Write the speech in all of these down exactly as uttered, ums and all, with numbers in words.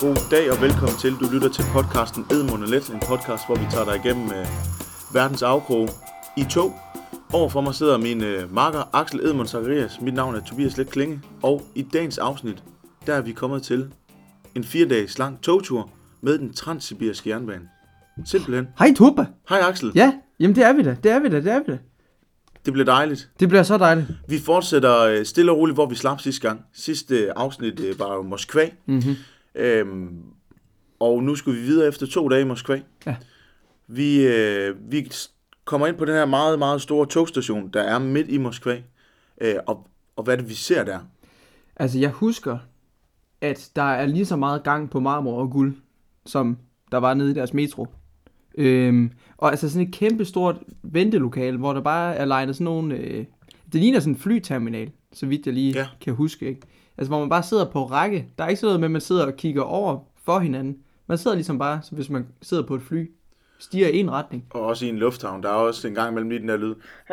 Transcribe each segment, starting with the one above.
god dag og velkommen til. Du lytter til podcasten Edmund og Let, en podcast, hvor vi tager dig igennem øh, verdens afkrog i tog. Overfor mig sidder min øh, makker Axel Edmund Zacharias. Mit navn er Tobias Let Klinge, og i dagens afsnit, der er vi kommet til en fire dages lang togtur med den transsibiriske jernbane. Simpelthen. Hej Toba. Hej Axel. Ja, jamen det er vi da, det er vi da, det er vi da. Det bliver dejligt. Det bliver så dejligt. Vi fortsætter øh, stille og roligt, hvor vi slap sidste gang. Sidste øh, afsnit øh, var jo Moskva. Mm-hmm. Øhm, og nu skal vi videre efter to dage i Moskva. Ja. Vi, øh, vi kommer ind på den her meget, meget store togstation, der er midt i Moskva. Øh, og, og hvad er det, vi ser der? Altså jeg husker, at der er lige så meget gang på marmor og guld, som der var nede i deres metro. Øhm, og altså sådan et kæmpe stort ventelokale, hvor der bare er legnet sådan nogle... Øh, det ligner sådan en flyterminal, så vidt jeg lige Ja. kan huske, ikke? Altså hvor man bare sidder på række. Der er ikke sådan noget med, at man sidder og kigger over for hinanden. Man sidder ligesom bare, så hvis man sidder på et fly, stiger i en retning. Og også i en lufthavn, der er også en gang imellem lige den der lyd.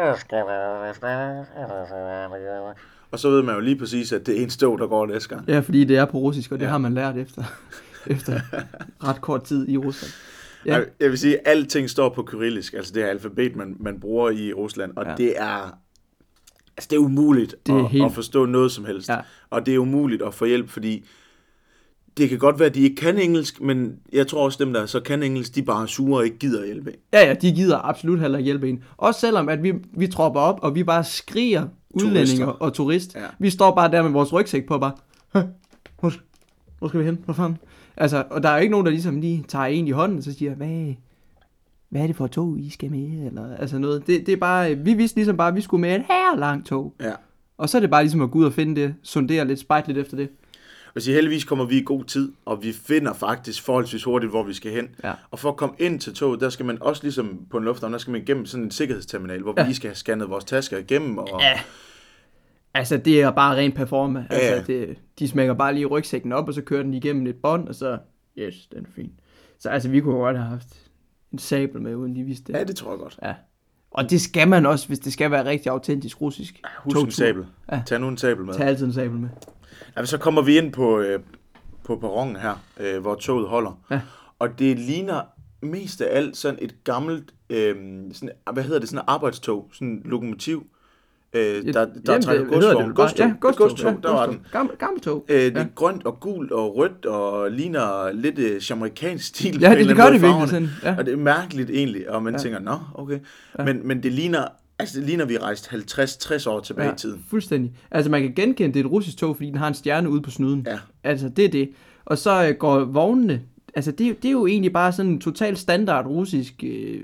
Og så ved man jo lige præcis, at det er en stog, der går næste gang. Ja, fordi det er på russisk, og det Ja. ja. har man lært efter, efter ret kort tid i Rusland. Ja. Jeg, jeg vil sige, at alting står på kyrillisk, altså det her alfabet, man, man bruger i Rusland, og Ja. det er... Altså, det er umuligt Det er at, helt... at forstå noget som helst. Ja. Og det er umuligt at få hjælp, fordi det kan godt være, at de ikke kan engelsk, men jeg tror også, dem, der så kan engelsk, de bare er sure og ikke gider hjælpe. Ja, ja, de gider absolut heller ikke hjælpe en. Også selvom, at vi, vi tropper op, og vi bare skriger udlændinger og turist. Ja. Vi står bare der med vores rygsæk på, og bare, hvor, hvor skal vi hen? Hvor fanden? Altså, og der er jo ikke nogen, der ligesom lige tager en i hånden, og så siger, hvad, hvad er det for et tog, I skal med? Eller, altså noget. Det, det er bare, vi vidste ligesom bare, at vi skulle med et her langt tog. Ja. Og så er det bare ligesom at gå ud og finde det, sondere lidt, spejde lidt efter det. Og så heldigvis kommer vi i god tid, og vi finder faktisk forholdsvis hurtigt, hvor vi skal hen. Ja. Og for at komme ind til toget, der skal man også ligesom på en lufthavn, der skal man igennem sådan en sikkerhedsterminal, hvor Ja. vi lige skal have scannet vores tasker igennem. Og... Ja. Altså, det er bare ren performa. Ja, Altså, ja. det, de smækker bare lige rygsækken op, og så kører den igennem et bånd, og så, yes, den er fin. Så altså, vi kunne godt have haft en sabel med, uden de vidste det. Ja, det tror jeg godt. Ja. Og det skal man også, hvis det skal være rigtig autentisk russisk. Husk en sabel. Ja. Tag nu en sabel med. Tag altid en sabel med. Ja, så kommer vi ind på, øh, på perronen her, øh, hvor toget holder. Ja. Og det ligner mest af alt sådan et gammelt, øh, sådan, hvad hedder det, sådan et arbejdstog, sådan en lokomotiv, øh, der, der Jamen, trækker det- hedder godstog. det bare- Godstog, Ja, godstog. godstog, Ja, der var godstog. den. Gammel, gammel tog. Øh, det er Ja. grønt og gult og rødt og ligner lidt øh, jamaikansk stil. Ja, på en det, eller det gør anden det måde, virkelig farverne. sådan. Ja. Og det er mærkeligt egentlig, og man Ja. tænker, nå, okay. Ja. Men, men det ligner, altså det ligner, vi er rejst halvtreds til tres år tilbage Ja, i tiden. fuldstændig. Altså, man kan genkende, det er et russisk tog, fordi den har en stjerne ude på snuden. Ja. Altså, det er det. Og så øh, går vognene, altså det, det er jo egentlig bare sådan en total standard russisk, øh,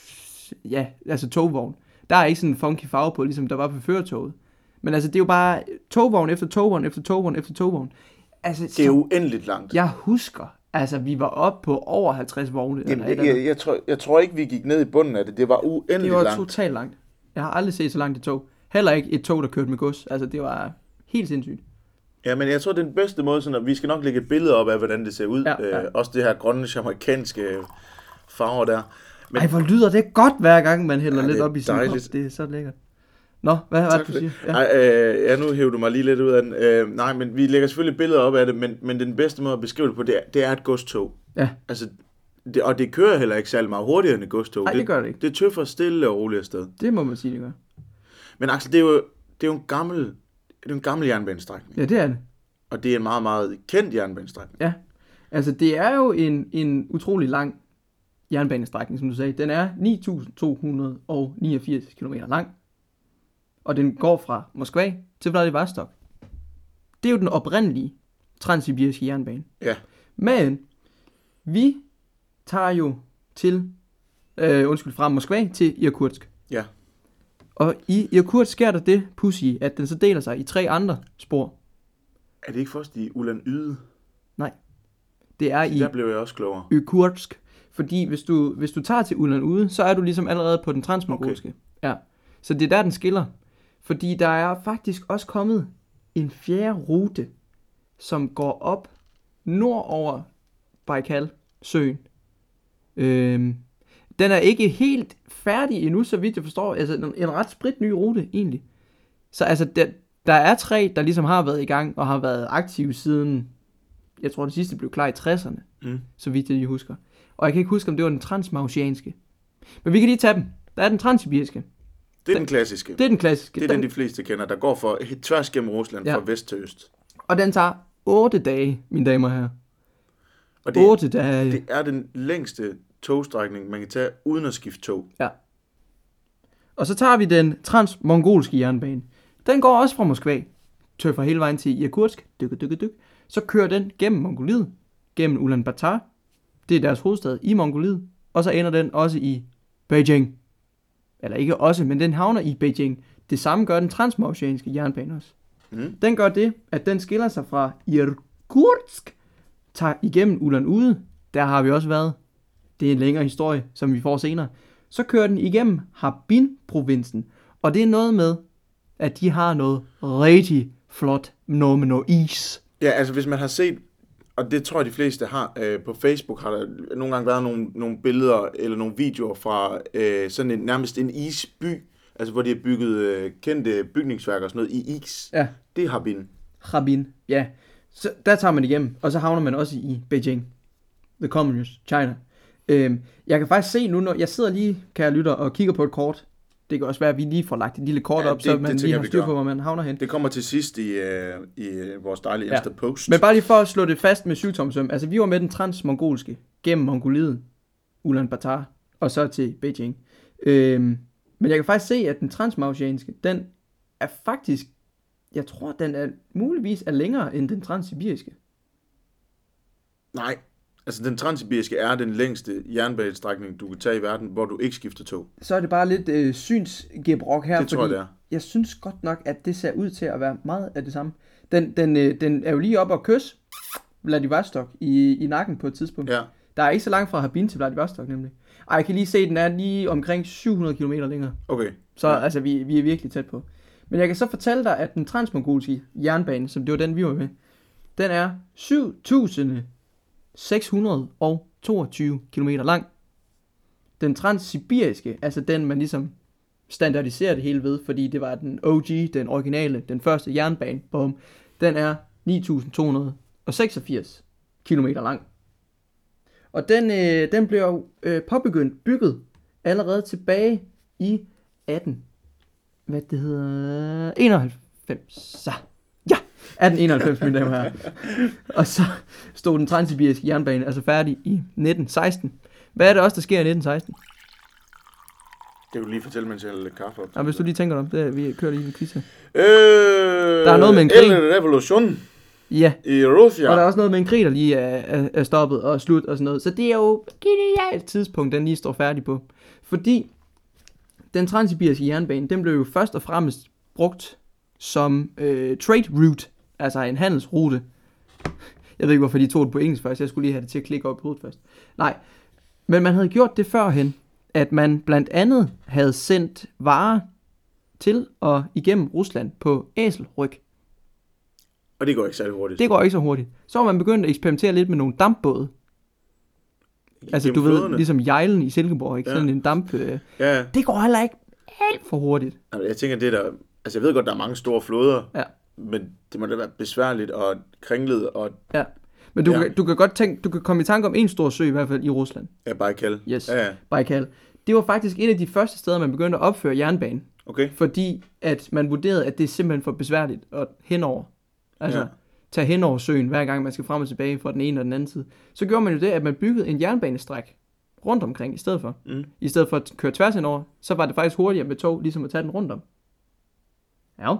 ja, altså togvogn. Der er ikke sådan en funky farve på, ligesom der var på førertoget. Men altså, det er jo bare togvogn efter togvogn efter togvogn efter togvogn. Altså, Det er uendeligt langt. jeg husker, altså vi var oppe på over halvtreds vogne. Jamen, eller et jeg, eller andet. jeg, jeg, tror, jeg tror ikke, vi gik ned i bunden af det. Det var uendeligt Det var langt. totalt langt. Jeg har aldrig set så langt et tog. Heller ikke et tog, der kørte med gods. Altså, det var helt sindssygt. Ja, men jeg tror, det er den bedste måde, sådan at vi skal nok lægge et billede op af, hvordan det ser ud. Ja, ja. Øh, også det her grønne, jamaikanske farver der. Men- Men, ej, hvor lyder det godt, hver gang man hælder Ja, lidt det er op i sin dejligt. kop. Det er så lækkert. Nå, hvad var det, Tak du for det. siger? Ja. Ej, øh, ja, nu hæver du mig lige lidt ud af den. Øh, nej, men vi lægger selvfølgelig billeder op af det, men, men den bedste måde at beskrive det på, det er, det er et godstog. Ja. Altså, det, og det kører heller ikke særlig meget hurtigere end et godstog. Nej, det gør det ikke. Det tøffer stille og roligt afsted. Det må man sige, det gør. Men Axel, det er jo, det er jo en gammel, det er jo en gammel jernbanestrækning. Ja, det er det. Og det er en meget, meget kendt jernbanestrækning. Ja. Altså, det er jo en, en utrolig lang jernbanestrækning, som du sagde. Den er ni tusind to hundrede niogfirs kilometer lang. Og den går fra Moskva til Vladivostok. Det er jo den oprindelige transsibiriske jernbane. Ja. Men vi tager jo til, øh, undskyld, fra Moskva til Irkutsk. Ja. Og i Irkutsk sker der det pussy, at den så deler sig i tre andre spor. Er det ikke først i Ulan Yde? Det er i Der blev jeg også klogere. Irkutsk. Fordi hvis du, hvis du tager til Ulan-Ude, så er du ligesom allerede på den transmongolske. Okay. Ja. Så det er der, den skiller. Fordi der er faktisk også kommet en fjerde rute, som går op nord over Baikal-søen. Øhm, den er ikke helt færdig endnu, så vidt jeg forstår. Altså en, en ret spritny rute, egentlig. Så altså, der, der er tre, der ligesom har været i gang, og har været aktive siden, jeg tror det sidste blev klar i tresserne, Mm. så vidt jeg lige husker. Og jeg kan ikke huske, om det var den transmaoceanske. Men vi kan lige tage dem. Der er den transsibiriske. Det er den klassiske. Det er den klassiske. Det er den, de fleste kender, der går for tværs gennem Rusland, Ja. fra vest til øst. Og den tager otte dage, mine damer og herrer. Og det, otte dage. det er den længste togstrækning, man kan tage uden at skifte tog. Ja. Og så tager vi den transmongolske jernbane. Den går også fra Moskva, tøffer hele vejen til Irkutsk, dyk, dyk, dyk. Så kører den gennem Mongoliet, gennem Ulaanbaatar, det er deres hovedstad i Mongoliet, og så ender den også i Beijing. Eller ikke også, men den havner i Beijing. Det samme gør den transmaoceanske jernbane også. Mm. Den gør det, at den skiller sig fra Irkutsk, tager igennem Ulan-Ude, der har vi også været. Det er en længere historie, som vi får senere. Så kører den igennem Harbin-provinsen, og det er noget med, at de har noget rigtig flot, noget med noget is. Ja, altså hvis man har set, og det tror jeg de fleste har, øh, på Facebook har der nogle gange været nogle, nogle billeder eller nogle videoer fra øh, sådan en, nærmest en isby, altså hvor de har bygget øh, kendte bygningsværker og sådan noget i is. Ja. Det er Harbin. Harbin, ja. Så der tager man igennem, og så havner man også i Beijing. The Communist China. Øhm, jeg kan faktisk se nu, når jeg sidder lige, kære lytter, og kigger på et kort. Det kan også være, at vi lige får lagt et lille kort Ja, op, det- så det man tænker lige jeg, har vi styr gør. på, hvor man havner hen. Det kommer til sidst i, øh, i øh, vores dejlige Ja. Insta-post. Men bare lige for at slå det fast med syvtomsøm. Altså, vi var med den transmongolske gennem Mongoliet, Ulaanbaatar, og så til Beijing. Øhm, men jeg kan faktisk se, at den transmaoceanske, den er faktisk, jeg tror, den er muligvis er længere end den transsibiriske. Nej, altså den transsibiriske er den længste jernbanestrækning, du kan tage i verden, hvor du ikke skifter tog. Så er det bare lidt øh, synsgebrok her, Det tror jeg, det er. jeg synes godt nok, at det ser ud til at være meget af det samme. Den, den, øh, den er jo lige oppe og kysse Vladivostok i, i nakken på et tidspunkt. Ja. Der er ikke så langt fra Harbin til Vladivostok nemlig. Ej, jeg kan lige se, at den er lige omkring syv hundrede kilometer længere. Okay. Så Ja. altså, vi, vi er virkelig tæt på. Men jeg kan så fortælle dig, at den transmongolske jernbane, som det var den, vi var med, den er syv tusind seks hundrede toogtyve kilometer lang. Den transsibiriske, altså den, man ligesom standardiserer det hele ved, fordi det var den O G, den originale, den første jernbane, bum, den er ni tusind to hundrede seksogfirs kilometer lang. Og den, øh, den blev øh, påbegyndt, bygget allerede tilbage i atten, hvad det hedder, enoghalvfems. Så. Ja, atten enoghalvfems, mine damer og herrer. Og så stod den transsibiriske jernbane altså færdig i nitten seksten. Hvad er det også, der sker i nitten seksten? Det vil du lige fortælle, mens jeg hælder lidt kaffe op. Ja, hvis du lige tænker dig om det, vi kører lige en quiz her. Øh, Der er noget med en krig. El revolution Ja, i Russia. og der er også noget med en krig, der lige er, er, er stoppet og slut og sådan noget. Så det er jo et genialt tidspunkt, den lige står færdig på. Fordi den transsibiriske jernbane, den blev jo først og fremmest brugt som øh, trade route, altså en handelsrute. Jeg ved ikke, hvorfor de tog det på engelsk først. Jeg skulle lige have det til at klikke op i hovedet først. Nej, men man havde gjort det førhen, at man blandt andet havde sendt varer til og igennem Rusland på æselryg. Og det går ikke særlig hurtigt. Det går ikke så hurtigt. Så var man begyndt at eksperimentere lidt med nogle dampbåde. Altså Gennem du ved, floderne. ligesom Jejlen i Silkeborg, ikke? Ja. Sådan en damp. Øh. Ja, Det går heller ikke alt for hurtigt. altså, jeg tænker, det der... Altså, jeg ved godt, der er mange store floder, Ja. men det må da være besværligt og kringlet og... Ja. Men du, Ja. kan, du kan godt tænke, du kan komme i tanke om en stor sø i hvert fald i Rusland. Ja, Baikal. Yes. Ja, ja. Baikal. Det var faktisk et af de første steder, man begyndte at opføre jernbane. Okay. Fordi at man vurderede, at det er simpelthen for besværligt at henover. Altså Ja. tage henover søen, hver gang man skal frem og tilbage fra den ene og den anden side. Så gjorde man jo det, at man byggede en jernbanestræk rundt omkring i stedet for. Mm. I stedet for at køre tværs henover, så var det faktisk hurtigere med tog, ligesom at tage den rundt om. Ja.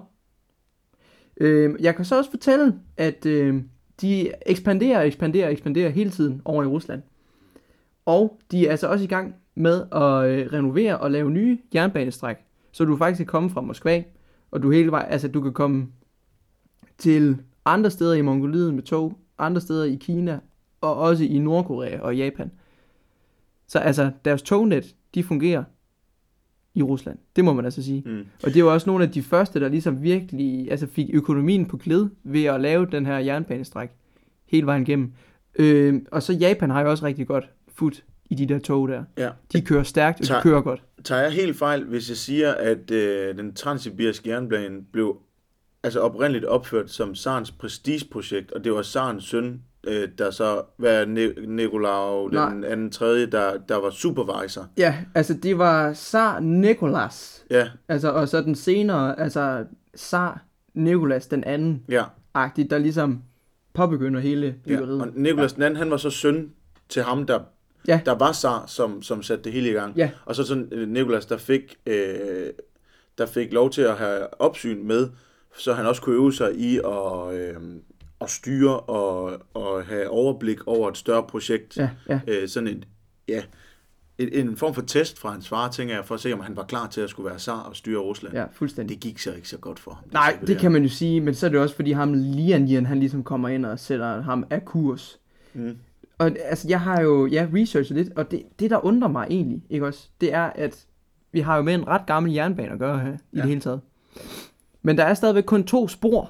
Øh, jeg kan så også fortælle, at øh, de ekspanderer, ekspanderer, ekspanderer hele tiden over i Rusland. Og de er altså også i gang med at øh, renovere og lave nye jernbanestræk. Så du faktisk kan komme fra Moskva, og du hele vej, altså du kan komme til andre steder i Mongoliet med tog, andre steder i Kina, og også i Nordkorea og Japan. Så altså, deres tognet, de fungerer i Rusland. Det må man altså sige. Mm. Og det var også nogle af de første, der ligesom virkelig altså fik økonomien på glid ved at lave den her jernbanestræk hele vejen igennem. Øh, og så Japan har jo også rigtig godt fut i de der tog der. Ja. De kører stærkt, og de Tager- kører godt. Tager jeg helt fejl, hvis jeg siger, at øh, den transsibiriske jernbane blev altså oprindeligt opført som Zarens prestigeprojekt, og det var Zarens søn, øh, der så var ne- Nikolaj, Nej. den anden tredje, der, der var supervisor. Ja, altså det var Tsar Nikolas. Ja, Altså, og så den senere, altså Tsar Nikolas den anden, ja. agtigt, der ligesom påbegynder hele ja. byggeriet. Og Nikolas ja. den anden, han var så søn til ham, der, Ja. der var zar, som, som satte det hele i gang. Ja. Og så sådan øh, Nikolas, der fik, øh, der fik lov til at have opsyn med, så han også kunne øve sig i at, øh, at styre og, og have overblik over et større projekt. Ja, ja. Øh, sådan en, ja, en, en form for test fra hans far, tænker jeg, for at se, om han var klar til at skulle være zar og styre Rusland. Ja, fuldstændig. Det gik så ikke så godt for ham. Nej, det kan man jo sige, men så er det også, fordi ham Lian, han ligesom kommer ind og sætter ham af kurs. Mm. Og altså, jeg har jo ja, researchet lidt, og det, det, der undrer mig egentlig, ikke også, det er, at vi har jo med en ret gammel jernbane at gøre her, i Ja. det hele taget. Men der er stadigvæk kun to spor.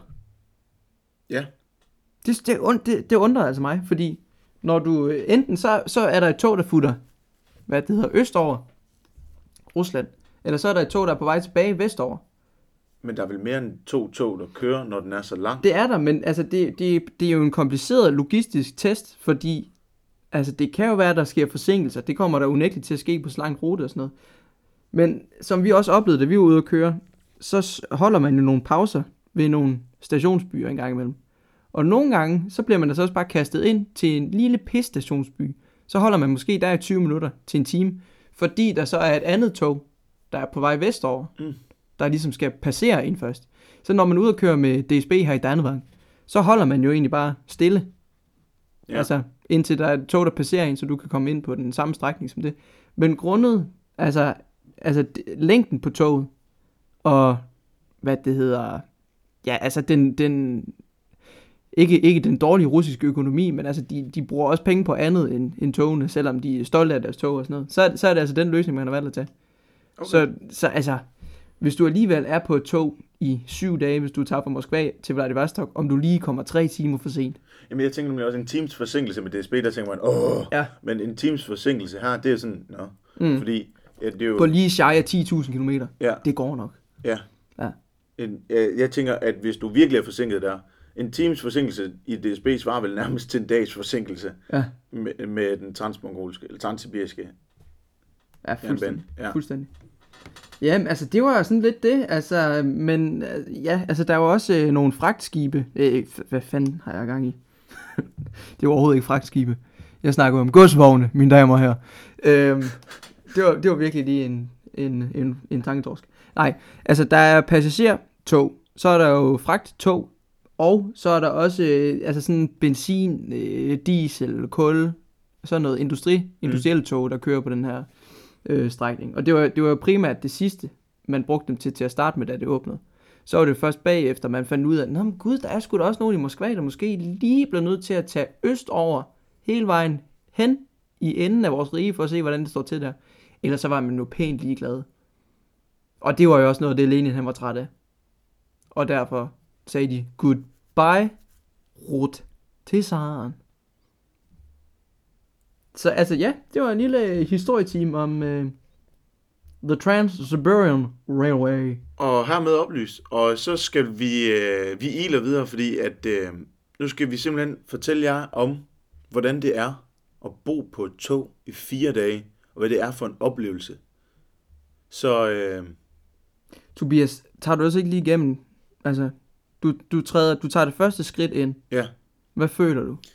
Ja. Det, det, und- det, det undrer altså mig, fordi når du, enten så, så er der et tog, der futter, hvad det hedder, østover, Rusland, eller så er der et tog, der er på vej tilbage vestover. Men der er vel mere end to tog, der kører, når den er så lang. Det er der, men altså, det, det, det er jo en kompliceret logistisk test, fordi altså, det kan jo være, at der sker forsinkelser. Det kommer der unægteligt til at ske på så lang rute og sådan noget. Men som vi også oplevede, da vi var ude at køre, så s- holder man jo nogle pauser ved nogle stationsbyer en gang imellem. Og nogle gange, så bliver man altså også bare kastet ind til en lille pis-stationsby. Så holder man måske der i tyve minutter til en time, fordi der så er et andet tog, der er på vej vestover, Mm. der ligesom skal passere ind først. Så når man er ude og køre med D S B her i Danvang, så holder man jo egentlig bare stille. Ja. Altså, indtil der er et tog, der passerer ind, så du kan komme ind på den samme strækning som det. Men grundet, altså, altså d- længden på toget, og hvad det hedder, ja, altså den, den ikke, ikke den dårlige russiske økonomi, men altså de, de bruger også penge på andet end, end togene, selvom de er stolte af deres tog og sådan noget. Så, er- så er det altså den løsning, man har valgt at tage. Okay. Så, så altså, hvis du alligevel er på et tog i syv dage, hvis du tager fra Moskva til Vladivostok, om du lige kommer tre timer for sent. Jamen, jeg tænker nemlig også en times forsinkelse med D S B, der tænker man, åh, Ja. men en times forsinkelse her, det er sådan, nå, Mm. fordi ja, det er jo, På lige shy af ti tusind kilometer. ja, Det går nok. ja. Ja. En, jeg, jeg tænker, at hvis du virkelig er forsinket der, en times forsinkelse i D S B svarer vel nærmest til en dags forsinkelse Ja, med, med den transmongolske, eller transsibiriske ja fuldstændig. jernbane. Ja. Fuldstændig. Jamen, altså, det var sådan lidt det, altså, men øh, ja, altså, der var også øh, nogle fragtskibe. Øh, f- hvad fanden har jeg gang i? Det var overhovedet ikke fragtskibe. Jeg snakker om godsvogne, mine damer og herrer. Øhm, det, var, det var virkelig lige en, en, en, en tanketorsk. Nej, altså, der er passagertog, så er der jo fragttog, og så er der også øh, altså sådan benzin, øh, diesel, kul, sådan noget industri, industrielle tog, der kører på den her øh, strækning. Og det var, det var jo primært det sidste, man brugte dem til, til at starte med, da det åbnede. Så var det først bagefter, man fandt ud af, nå men gud, der er sgu da også nogen i Moskva, der måske lige blev nødt til at tage østover hele vejen hen i enden af vores rige, for at se, hvordan det står til der. Ellers så var man jo pænt ligeglad. Og det var jo også noget af det, Lenin han var træt af. Og derfor sagde de, goodbye, Rut, til Saren. Så altså ja, det var en lille historietime om uh, The Trans-Siberian Railway. Og hermed oplyst, og så skal vi, øh, vi iler videre, fordi at øh, nu skal vi simpelthen fortælle jer om, hvordan det er at bo på et tog i fire dage, og hvad det er for en oplevelse. Så øh, Tobias, tager du også ikke lige igennem, altså, du, du, træder, du tager det første skridt ind. ja, Hvad føler du?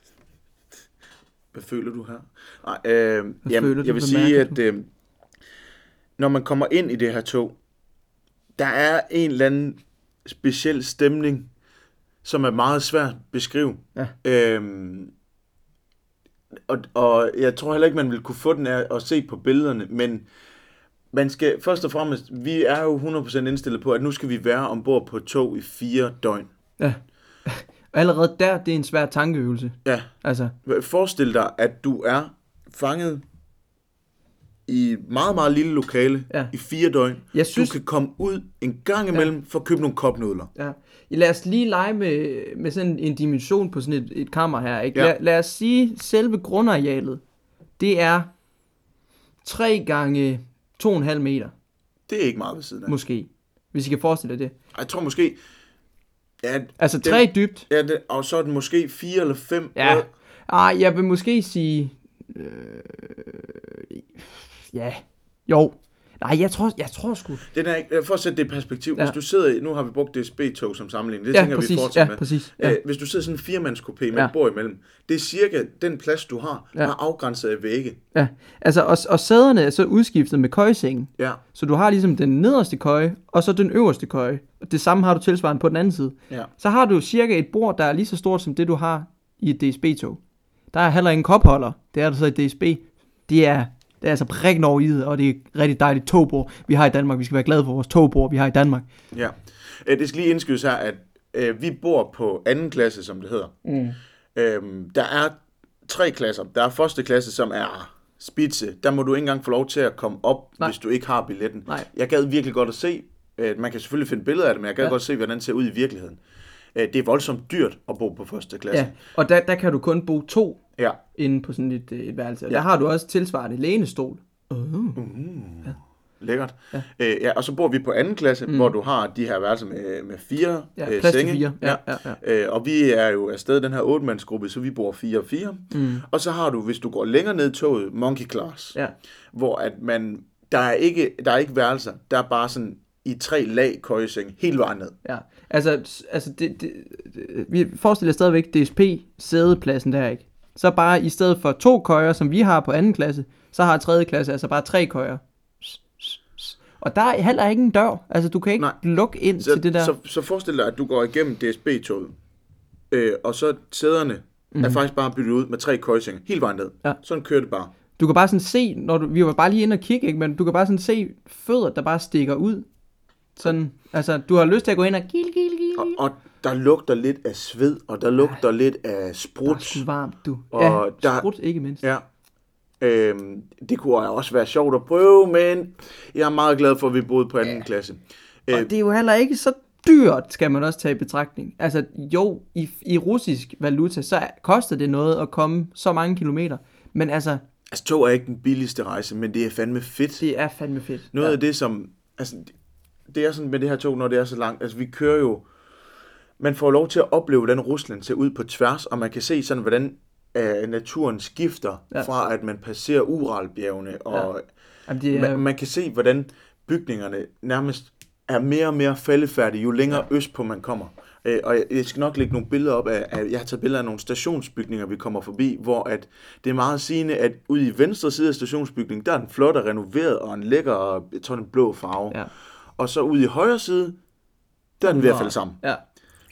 hvad føler du her? Nej, øh, Hvad jamen, føler du? jeg vil Hvad sige, mærker at øh, når man kommer ind i det her tog, der er en eller anden speciel stemning, som er meget svært at beskrive. Ja. Øhm, og, og jeg tror heller ikke, man vil kunne få den af at se på billederne, men man skal først og fremmest, vi er jo hundrede procent indstillet på, at nu skal vi være ombord på et tog i fire døgn. Ja. Allerede der, det er en svær tankeøvelse. Ja, Altså, forestil dig, at du er fanget i et meget, meget lille lokale Ja. i fire døgn. jeg synes... Du kan komme ud en gang imellem ja. for at købe nogle kopnudler. Ja. Lad os lige lege med, med sådan en dimension på sådan et, et kammer her. Ikke? Ja. Lad, lad os sige, selve grundarealet, det er tre gange to komma fem meter, Det er ikke meget ved siden af. måske. Hvis I kan forestille jer det. Jeg tror måske, Ja, Altså den, tre dybt. Ja, det, og så er den måske fire eller fem. Ja. Ah, jeg vil måske sige... Øh, ja, jo. Nej, jeg tror, jeg tror sgu... Den er ikke, for at sætte det i perspektiv, ja. Hvis du sidder i, nu har vi brugt D S B-tog som sammenligning, det ja, tænker præcis, vi fortsat ja, med. Præcis, ja. Æ, hvis du sidder i sådan en firemandskopé med ja. et bord imellem, det er cirka den plads, du har, ja. er afgrænset af vægge. Ja, altså, og, og sæderne er så udskiftet med køjesengen. Ja. Så du har ligesom den nederste køje, og så den øverste køje. Og det samme har du tilsvarende på den anden side. Ja. Så har du cirka et bord, der er lige så stort som det, du har i et D S B-tog. Der er heller ingen kopholder. Det er der så i D S B. Det er... Det er altså prikken over i det, og det er et rigtig dejligt togbord, vi har i Danmark. Vi skal være glade for vores togbord, vi har i Danmark. Ja. Det skal lige indskydes her, at øh, vi bor på anden klasse, som det hedder. Mm. Øhm, der er tre klasser. Der er første klasse, som er spidse. Der må du ikke engang få lov til at komme op, Nej. hvis du ikke har billetten. Nej. Jeg gad virkelig godt at se. Øh, man kan selvfølgelig finde billeder af det, men jeg gad ja. godt se, hvordan det ser ud i virkeligheden. Øh, det er voldsomt dyrt at bo på første klasse. Ja, og der, der kan du kun bo to ja. inde på sådan et, et værelse. Og ja. der har du også tilsvarende lænestol. Uh. Uh. Ja. Lækkert. Ja. Øh, ja, og så bor vi på anden klasse, mm. hvor du har de her værelser med, med fire ja, øh, plads senge. Til fire. Ja, ja, ja. Øh, og vi er jo afsted den her otte-mandsgruppe, så vi bor fire og fire. Mm. Og så har du, hvis du går længere ned i toget, monkey class, ja. hvor at man, der er ikke, der er ikke værelser, der er bare sådan i tre lag køjeseng, hele vejen ned. Ja, altså, altså det, det, det, vi forestiller stadigvæk D S P-sædepladsen der, ikke? Så bare i stedet for to køjer, som vi har på anden klasse, så har tredje klasse altså bare tre køjer. Og der er heller ikke en dør. Altså, du kan ikke Nej. lukke ind så, til det der. Så, så forestil dig, at du går igennem D S B-toget, øh, og så sæderne mm-hmm. er faktisk bare byttet ud med tre køjesenge, hele vejen ned. Ja. Sådan kører det bare. Du kan bare sådan se, når du, vi var bare lige inde og kigge, ikke? Men du kan bare sådan se fødder, der bare stikker ud. Sådan, altså, du har lyst til at gå ind og gil, gil, gil. Og, og der lugter lidt af sved, og der lugter ja. lidt af sprut. Der er sgu varmt, du. Og ja, der, sprut ikke mindst. Ja. Øhm, det kunne også være sjovt at prøve, men jeg er meget glad for, at vi boede på anden ja. klasse. Og øh, det er jo heller ikke så dyrt, skal man også tage i betragtning. Altså, jo, i, i russisk valuta, så koster det noget at komme så mange kilometer. Men altså... Altså, tog er ikke den billigste rejse, men det er fandme fedt. Det er fandme fedt. Noget ja. af det, som... Altså, det er sådan med det her tog, når det er så langt. Altså, vi kører jo... Man får lov til at opleve, hvordan Rusland ser ud på tværs, og man kan se sådan, hvordan øh, naturen skifter ja. fra, at man passerer Uralbjergene, og ja. Jamen, er... man, man kan se, hvordan bygningerne nærmest er mere og mere faldefærdige, jo længere ja. østpå man kommer. Øh, og jeg, jeg skal nok lægge nogle billeder op af, af, jeg har taget billeder af nogle stationsbygninger, vi kommer forbi, hvor at det er meget sigende, at ude i venstre side af stationsbygningen, der er den flot og renoveret, og en lækker, jeg tror, en blå farve. Ja. Og så ude i højre side, der er den ved at falde sammen. Ja.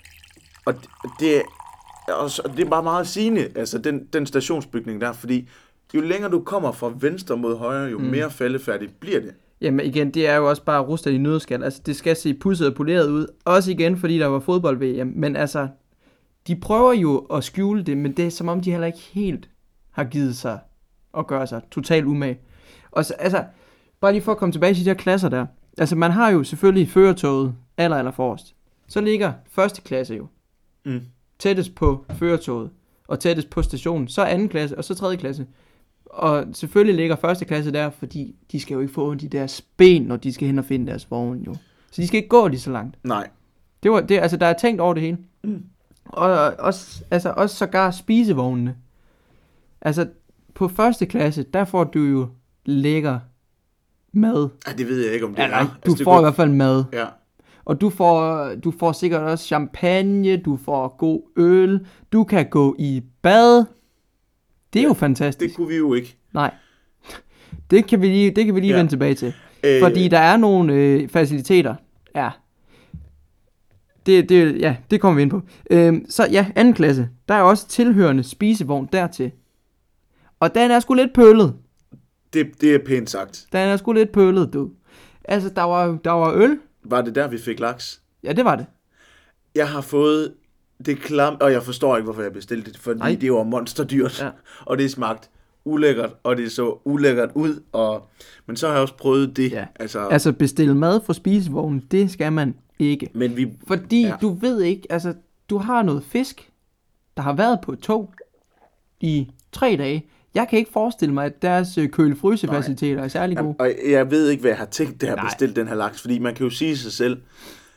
Og det, og så, det er bare meget sigende, altså den, den stationsbygning der, fordi jo længere du kommer fra venstre mod højre, jo mm. mere faldefærdigt bliver det. Jamen igen, det er jo også bare Rusland i nødskal. Altså det skal se pudset og poleret ud. Også igen, fordi der var fodbold-V M. Men altså, de prøver jo at skjule det, men det er som om, de heller ikke helt har givet sig at gøre sig totalt umage. Og så, altså, bare lige for at komme tilbage til de her klasser der. Altså man har jo selvfølgelig førertoget aller, aller forrest. Så ligger første klasse jo mm. tættest på førertoget og tættest på stationen. Så anden klasse og så tredje klasse. Og selvfølgelig ligger første klasse der, fordi de skal jo ikke få ondt i deres ben, når de skal hen og finde deres vogn jo. Så de skal ikke gå lige så langt. Nej. Det var, det, altså der er tænkt over det hele. Mm. Og også, altså også sågar spisevognene. Altså på første klasse, der får du jo lækker mad. Ja, det ved jeg ikke, om det ja, er. Nej, du altså, får går... i hvert fald mad. Ja. Og du får, du får sikkert også champagne, du får god øl, du kan gå i bad. Det er ja, jo fantastisk. Det kunne vi jo ikke. Nej. Det kan vi lige, det kan vi lige ja. vende tilbage til. Øh... Fordi der er nogle øh, faciliteter. Ja. Det, det, ja, det kommer vi ind på. Øh, så ja, anden klasse. Der er også tilhørende spisevogn dertil. Og den er sgu lidt pøllet. Det, det er pænt sagt. Den er sgu lidt pøllet, du. Altså, der var, der var øl. Var det der, vi fik laks? Ja, det var det. Jeg har fået det klam, og jeg forstår ikke, hvorfor jeg bestilte det, fordi Ej. det var monsterdyrt, ja. og det smagte ulækkert, og det så ulækkert ud, og... men så har jeg også prøvet det. Ja. Altså... altså bestille mad fra spisevognen, det skal man ikke. Men vi... Fordi ja. du ved ikke, altså du har noget fisk, der har været på et tog i tre dage. Jeg kan ikke forestille mig, at deres køle-frysefaciliteter er særlig gode. Og jeg ved ikke, hvad jeg har tænkt, da jeg bestilte den her laks, fordi man kan jo sige sig selv,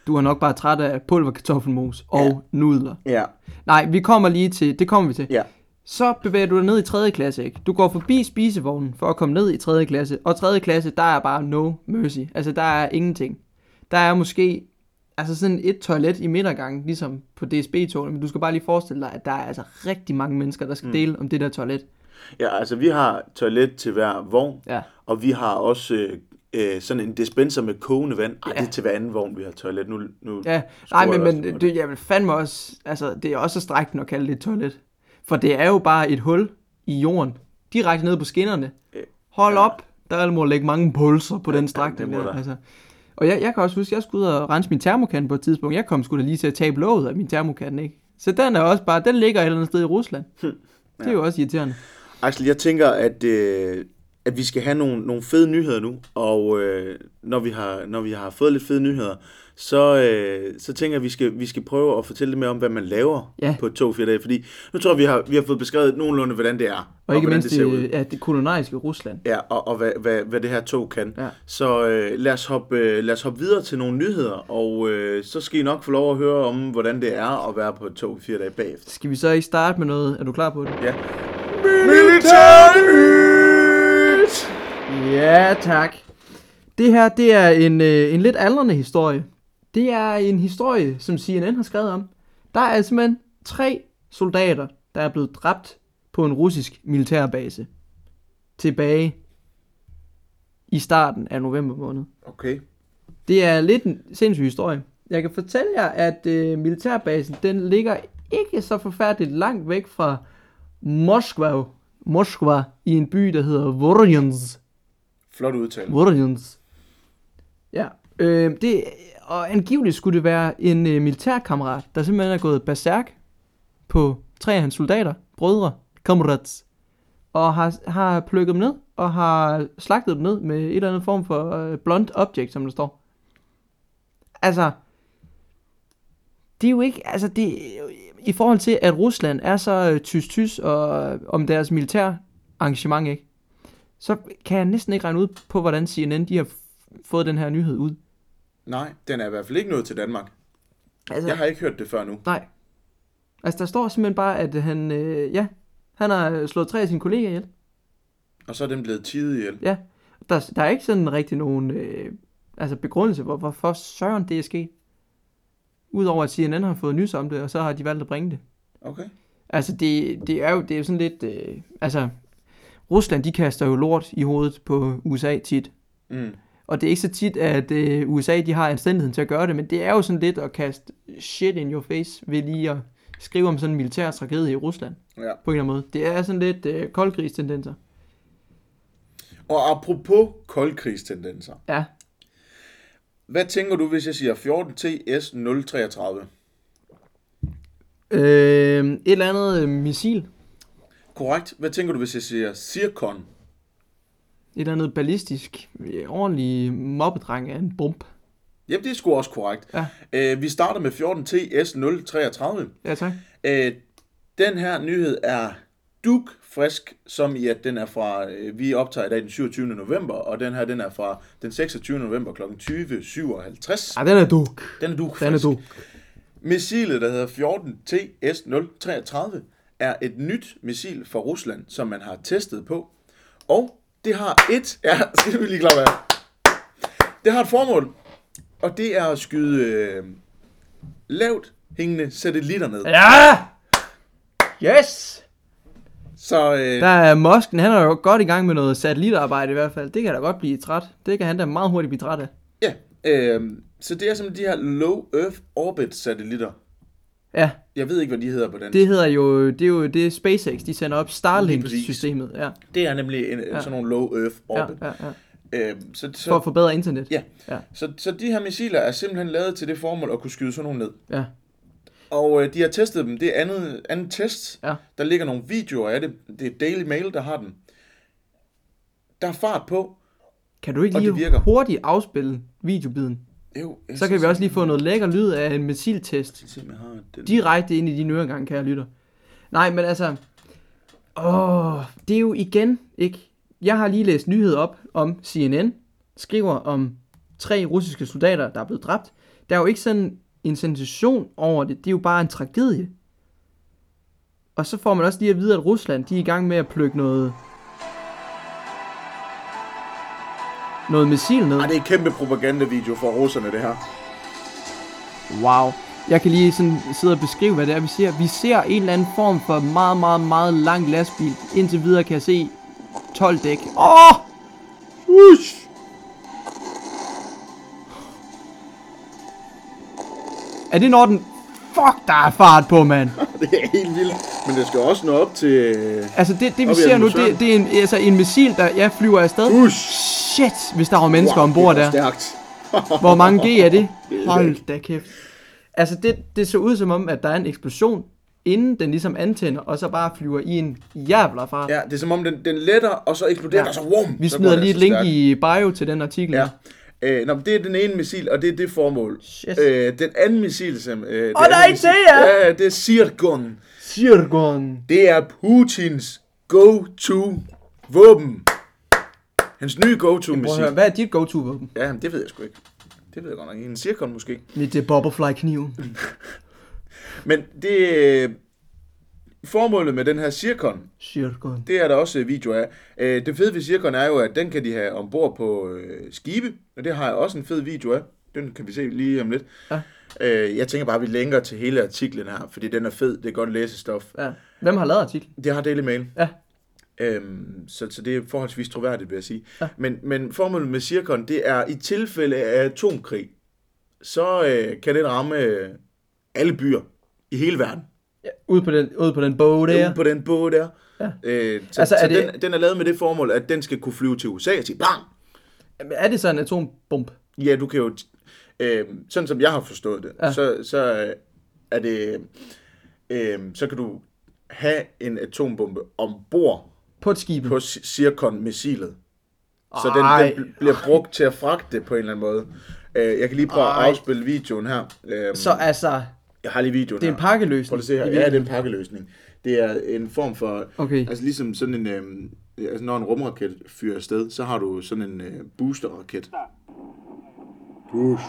Du er nok bare træt af pulverkartoffelmos og Ja. nudler. Ja. Nej, vi kommer lige til, det kommer vi til. Ja. Så bevæger du dig ned i tredje klasse, ikke? Du går forbi spisevognen for at komme ned i tredje klasse, og tredje klasse, der er bare no mercy. Altså, der er ingenting. Der er måske, altså sådan et toilet i midtergangen, ligesom på D S B-togene, men du skal bare lige forestille dig, at der er altså rigtig mange mennesker, der skal mm. dele om det der toilet. Ja, altså vi har toilet til hver vogn, Ja. og vi har også øh, øh, sådan en dispenser med kogende vand. Ej, Ja. det er til hver anden vogn, vi har toilet. Nu, nu Ja, skruer nej, men, jeg også men på det, jeg vil fandme også, altså, det er også strækken at kalde det et toilet. For det er jo bare et hul i jorden, direkte ned på skinnerne. Hold Ja. op, der må lægge mange pulser på Ja, den det strækning må der. der. Altså. Og jeg, jeg kan også huske, at jeg skulle ud og rense min termokan på et tidspunkt. Jeg kom sgu da lige til at tabe låget af min termokan, ikke? Så den er også bare, den ligger et eller andet sted i Rusland. Hm. Det er jo også irriterende. Axel, jeg tænker, at, øh, at vi skal have nogle, nogle fede nyheder nu, og øh, når, vi har, når vi har fået lidt fede nyheder, så, øh, så tænker jeg, at vi skal, vi skal prøve at fortælle lidt mere om, hvad man laver Ja. på et tog fire dage, fordi nu tror jeg, vi har, vi har fået beskrevet nogenlunde, hvordan det er, Og, og ikke hvordan mindst det ser ud. det, ja, det kolonariske Rusland. Ja, og, og hvad, hvad, hvad det her tog kan. Ja. Så øh, lad, os hoppe, øh, lad os hoppe videre til nogle nyheder, og øh, så skal I nok få lov at høre om, hvordan det er at være på et tog fire dage bagefter. Skal vi så ikke starte med noget? Er du klar på det? Ja. Militærnyt! Ja, tak. Det her, det er en, øh, en lidt aldrende historie. Det er en historie, som C N N har skrevet om. Der er simpelthen tre soldater, der er blevet dræbt på en russisk militærbase. Tilbage i starten af november måned. Okay. Det er lidt en sindssyg historie. Jeg kan fortælle jer, at øh, militærbasen, den ligger ikke så forfærdeligt langt væk fra Moskva, Moskva i en by, der hedder Voronezh. Flot udtale. Voronezh. Ja, øh, det, og angiveligt skulle det være en øh, militærkammerat, der simpelthen er gået berserk på tre af hans soldater, brødre, kammerats, og har, har plukket dem ned, og har slagtet dem ned med et eller andet form for øh, blunt object, som der står. Altså, det er jo ikke, altså det, i forhold til, at Rusland er så øh, tys-tys og, om deres militær arrangement, ikke? Så kan jeg næsten ikke regne ud på, hvordan C N N de har f- fået den her nyhed ud. Nej, den er i hvert fald ikke nået til Danmark. Altså, Jeg har ikke hørt det før nu. nej. Altså, der står simpelthen bare, at han, øh, ja, han har slået tre af sine kolleger ihjel. Og så er den blevet tidet ihjel. Ja, der, der er ikke sådan rigtig nogen øh, altså begrundelse, hvor, hvorfor søren det er sket. Udover at C N N har fået nys om det, og så har de valgt at bringe det. Okay. Altså, det, det, er, jo, det er jo sådan lidt, øh, altså, Rusland, de kaster jo lort i hovedet på U S A tit. Mm. Og det er ikke så tit, at øh, U S A, de har anstændigheden til at gøre det, men det er jo sådan lidt at kaste shit in your face ved lige at skrive om sådan en militær tragedie i Rusland. Ja. På en eller anden måde. Det er sådan lidt øh, koldkrigstendenser. Og apropos koldkrigstendenser. Ja. Hvad tænker du, hvis jeg siger fjorten T S nul treogtredive? Øh, et eller andet øh, missil. Korrekt. Hvad tænker du, hvis jeg siger Zircon? Et eller andet ballistisk, øh, ordentlig mobbedreng af en bump. Jamen, det er sgu også korrekt. Ja. Øh, vi starter med fjorten T S nul treogtredive. Ja, tak. Øh, den her nyhed er dugfrisk, som i at den er fra, øh, vi optager i dag den syvogtyvende november, og den her, den er fra den seksogtyvende november kl. tyve syvoghalvtreds. Ja, den er duk. Den er dugfrisk. Den er duk. Missilet, der hedder fjorten T S nul treogtredive, er et nyt missil fra Rusland, som man har testet på. Og det har et... Ja, skal vi lige klare være. Det har et formål, og det er at skyde øh, lavt hængende satellitter ned. Ja! Yes! Så øh, Der er Mosken, han er jo godt i gang med noget satellitarbejde i hvert fald. Det kan da godt blive træt. Det kan han da meget hurtigt blive træt af. ja, øh, så det er simpelthen de her Low Earth Orbit satellitter. Ja, Jeg ved ikke, hvad de hedder på dansk. det hedder jo, det er jo det er SpaceX, de sender op Lige præcis. Starlink-systemet. Ja, Det er nemlig en, Ja. sådan nogle Low Earth ja, Orbit. ja, ja. Øh, så, så, For at forbedre internet. Ja. Ja, Så, så de her missiler er simpelthen lavet til det formål at kunne skyde sådan nogle ned. ja. Og øh, de har testet dem. Det er andet, andet test. Ja. Der ligger nogle videoer af det. Det er Daily Mail, der har den. Der er fart på. Kan du ikke Og det lige virker. hurtigt afspille videobiden? Jo, jeg Så kan vi også lige få noget lækker lyd af en missiltest. se, om jeg har den. Direkte ind i dine øregange, kære lytter. Nej, men altså... Åh, det er jo igen, ikke? Jeg har lige læst nyhed op om C N N. Skriver om tre russiske soldater, der er blevet dræbt. Der er jo ikke sådan en sensation over det. Det er jo bare en tragedie. Og så får man også lige at vide, at Rusland, de er i gang med at plukke noget... Noget missil ned. Ej, det er en kæmpe propagandavideo for russerne, det her. Wow. Jeg kan lige sådan sidde og beskrive, hvad det er, vi ser. Vi ser en eller anden form for meget, meget, meget lang lastbil. Indtil videre kan jeg se tolv dæk. Åh! Oh! Ush! Er det når den... Fuck, der er fart på, mand. Det er helt vildt. Men det skal også nå op til... Altså, det, det vi ser nu, det, det er en, altså, en missil, der ja, flyver afsted. Ush! Shit, hvis der var mennesker wow, ombord der. Stærkt. Hvor mange G er det? Hold da kæft. Altså, det, det så ud som om, at der er en eksplosion, inden den ligesom antænder, og så bare flyver i en jævla fart. Ja, det er som om, den, den letter, og så eksploderer, ja. Og så wum! Vi smider lige et link stærkt. I bio til den artikel. Ja. Øh, nå, det er den ene missil, og det er det formål. Øh, den anden missil, som... Øh, og der er ikke det, ja! Ja, det er Zircon. Zircon. Det er Putins go-to-våben. Hans nye go-to-missil. Hvad er dit go-to-våben? Ja, det ved jeg sgu ikke. Det ved jeg godt nok. En Zircon måske. Det er bobblefly-kniv. Men det... Formålet med den her Zircon, Zircon, det er der også video af. Det fede ved Zircon er jo, at den kan de have ombord på skibe, og det har jeg også en fed video af. Den kan vi se lige om lidt. Ja. Jeg tænker bare, at vi linker til hele artiklen her, fordi den er fed. Det er godt læsestof. Ja. Hvem har lavet artiklen? Det har Daily Mail. Ja. Øhm, så, så det er forholdsvis troværdigt, vil jeg sige. Ja. Men, men formålet med Zircon, det er i tilfælde af atomkrig, så øh, kan den ramme øh, alle byer i hele verden. Ja, ude på den, ude på den båd der. Ude på den båd der. Ja. Øh, så altså, så det... den, den er lavet med det formål, at den skal kunne flyve til U S A og sige bang! Er det så en atombombe? Ja, du kan jo... Øh, sådan som jeg har forstået det, ja. så, så er det... Øh, så kan du have en atombombe ombord på et skib. På Zircon-missilet. Så den, den bliver brugt til at fragte det på en eller anden måde. Øh, jeg kan lige prøve Ej. at afspille videoen her. Øh, så altså... Jeg har lige videoen Det er en pakkeløsning. Prøv at se her. Ja, det er en pakkeløsning. Det er en form for... Okay. Altså ligesom sådan en... Øh, altså når en rumraket fyrer afsted, så har du sådan en øh, boosterraket. Push.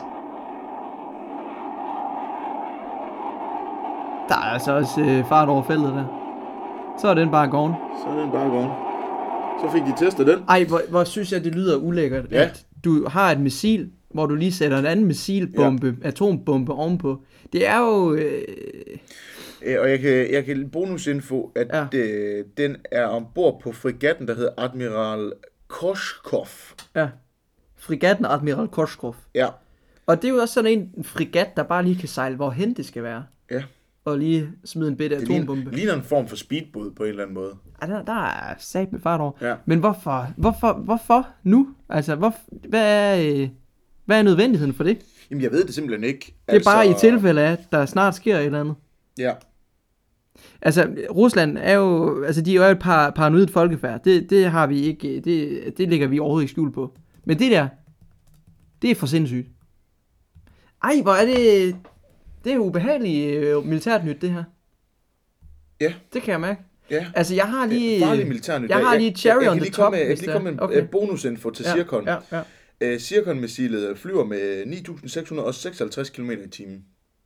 Der er altså også øh, fart over feltet der. Så er den bare gone. Så er den bare gone. Så fik de testet den. Ej, hvor, hvor synes jeg, det lyder ulækkert, ja. At du har et missil, hvor du lige sætter en anden missilbombe, ja. atombombe ovenpå. Det er jo... Øh... Og jeg kan, jeg kan bonusinfo, at ja. det, den er ombord på fregatten, der hedder Admiral Korshkov. Ja, fregatten Admiral Korshkov. Ja. Og det er jo også sådan en fregat, der bare lige kan sejle, hvorhen det skal være. Ja. Og lige smide en bitte atombombe. Det ligner en form for speedbåd på en eller anden måde. Ja, der, der er sat med fart over. Ja. Men hvorfor, hvorfor, hvorfor nu? Altså, hvor, hvad, er, hvad er nødvendigheden for det? Jamen, jeg ved det simpelthen ikke. Det er altså... bare i tilfælde af, at der snart sker et eller andet. Ja. Altså, Rusland er jo, altså de er jo et par, paranoid folkefærd. Det, det har vi ikke, det, det lægger vi overhovedet ikke skjul på. Men det der, det er for sindssygt. Ej, hvor er det, det er jo ubehageligt militært nyt, det her. Ja. Det kan jeg mærke. Ja. Altså, jeg har lige, farlig militærnyt. jeg har lige cherry jeg, jeg, on jeg the top. Med, jeg kan lige komme med en okay. bonusinfo til ja, Zircon. Ja, ja. Uh, Zircon-missilet flyver med ni tusind seks hundrede og seksoghalvtreds kilometer i timen.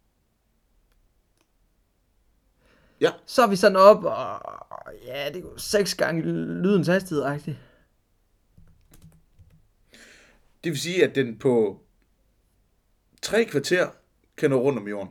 Ja. Så er vi sådan op, og ja, det er seks gange lydens hastighed-agtigt. Det vil sige, at den på tre kvarter kan nå rundt om jorden.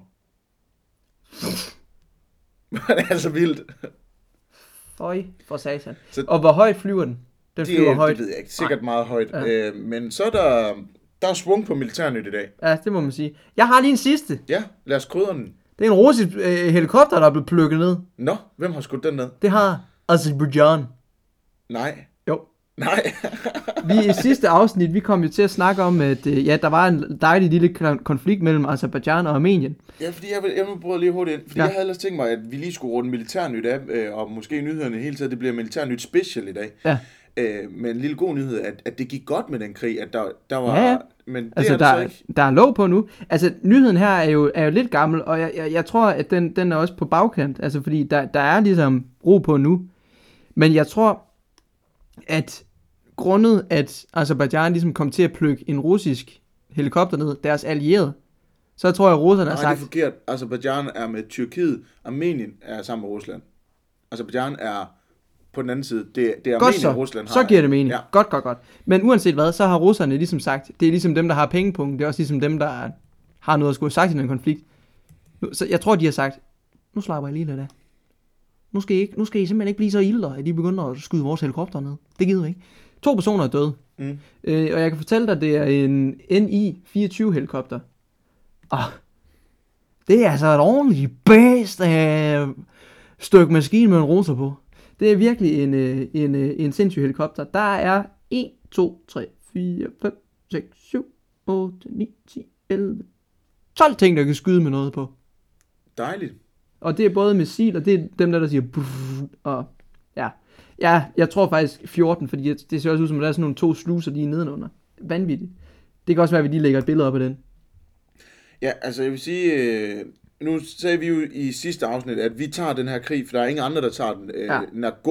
Det er altså vildt. Føj, for satan. Så og hvor højt flyver den? Den det, flyver højt. Det ved jeg ikke. Sikkert Nej. meget højt. Ja. Øh, men så er der, der er svung på militærnyt i dag. Ja, det må man sige. Jeg har lige en sidste. Ja, lad os krydre den. Det er en russisk øh, helikopter, der er blevet plukket ned. Nå, hvem har skudt den ned? Det har Azerbaijan. Nej. Jo. Nej. vi i sidste afsnit, vi kom jo til at snakke om, at øh, ja, der var en dejlig lille konflikt mellem Azerbaijan og Armenien. Ja, fordi jeg vil, jeg vil prøve lige hurtigt ind, fordi ja. jeg havde ellers tænkt mig, at vi lige skulle runde militærnyt af, øh, og måske nyhederne hele tiden, det bliver militærnyt special i dag. Ja. Øh, men en lille god nyhed, at, at det gik godt med den krig, at der, der var... Ja, ja. Men det altså, er der, så ikke. der er lov på nu. Altså, nyheden her er jo, er jo lidt gammel, og jeg, jeg, jeg tror, at den, den er også på bagkant. Altså, fordi der, der er ligesom ro på nu. Men jeg tror, at grundet, at Azerbaijan ligesom kom til at plukke en russisk helikopter ned, deres allierede, Så tror jeg, at russerne har Nej, sagt... det er forkert. Aserbajdsjan er med Tyrkiet. Armenien er sammen med Rusland. Aserbajdsjan er på den anden side. Det, det er Godt Armenien, så. Rusland har. Så giver det mening. Ja. Godt, godt, godt. Men uanset hvad, så har russerne ligesom sagt, det er ligesom dem, der har pengepunkten. Det er også ligesom dem, der har noget at skulle have sagt i den konflikt. Nu, så jeg tror, de har sagt, nu slapper jeg lige lidt af. Nu skal I, ikke, nu skal I simpelthen ikke blive så ilder, at de begynder at skyde vores helikopter ned. Det gider vi ikke. To personer er døde. Mm. Øh, og jeg kan fortælle dig, at det er en N I fireogtyve helikopter. Og det er altså et ordentligt bedst af stykke maskine med en rotor på. Det er virkelig en, en, en sindssyg helikopter. Der er en, to, tre, fire, fem, seks, syv, otte, ni, ti, elleve, tolv ting, der kan skyde med noget på. Dejligt. Og det er både missil, og det er dem der, der siger brrr, og ja. Ja, jeg tror faktisk fjorten, fordi det ser også ud som, at der er sådan nogle to sluser lige nedenunder. Vanvittigt. Det kan også være, at vi lige lægger et billede op af den. Ja, altså jeg vil sige, øh, nu sagde vi jo i sidste afsnit, at vi tager den her krig, for der er ingen andre, der tager den. Øh, Ja.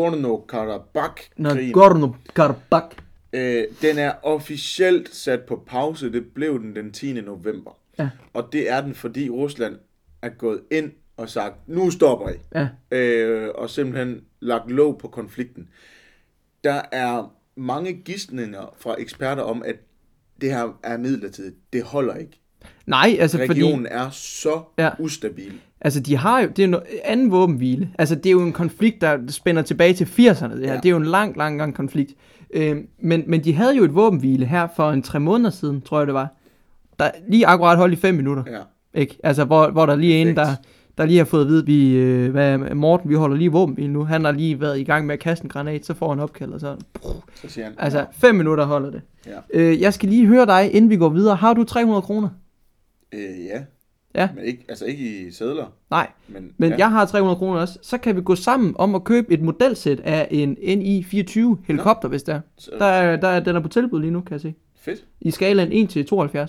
Nagorno-Karabakh-krigen. Nagorno-Karabakh. Øh, den er officielt sat på pause. Det blev den den tiende november. Ja. Og det er den, fordi Rusland er gået ind og sagt, nu stopper I. Ja. Øh, og simpelthen lagt låg på konflikten. Der er mange gidsninger fra eksperter om, at det her er midlertidigt. Det holder ikke. Nej, altså Regionen fordi... er så Ja. ustabil. Altså, de har jo... Det er en anden våbenhvile. Altså, det er jo en konflikt, der spænder tilbage til firserne. Det her. Ja. Det er jo en lang, lang, lang konflikt. Øh, men, men de havde jo et våbenhvile her for en tre måneder siden, tror jeg det var. Der lige akkurat holdt i fem minutter. Ja. Ikke? Altså, hvor, hvor der lige er en, der, der lige har fået at vide, vi, øh, hvad Morten, vi holder lige våbenhvile nu. Han har lige været i gang med at kaste en granat, så får han opkald, og så... Så siger han, Altså, fem minutter holder det. Ja. Øh, jeg skal lige høre dig, inden vi går videre. Har du tre hundrede kroner? Øh, ja. Ja. Men ikke, altså ikke i sædler. Nej, Men, men ja. jeg har tre hundrede kroner også. Så kan vi gå sammen om at købe et modelsæt af en N I fireogtyve helikopter, hvis det er. Så, Der er, der er. Den er på tilbud lige nu, kan jeg se. fedt. I skalaen en til tooghalvfjerds.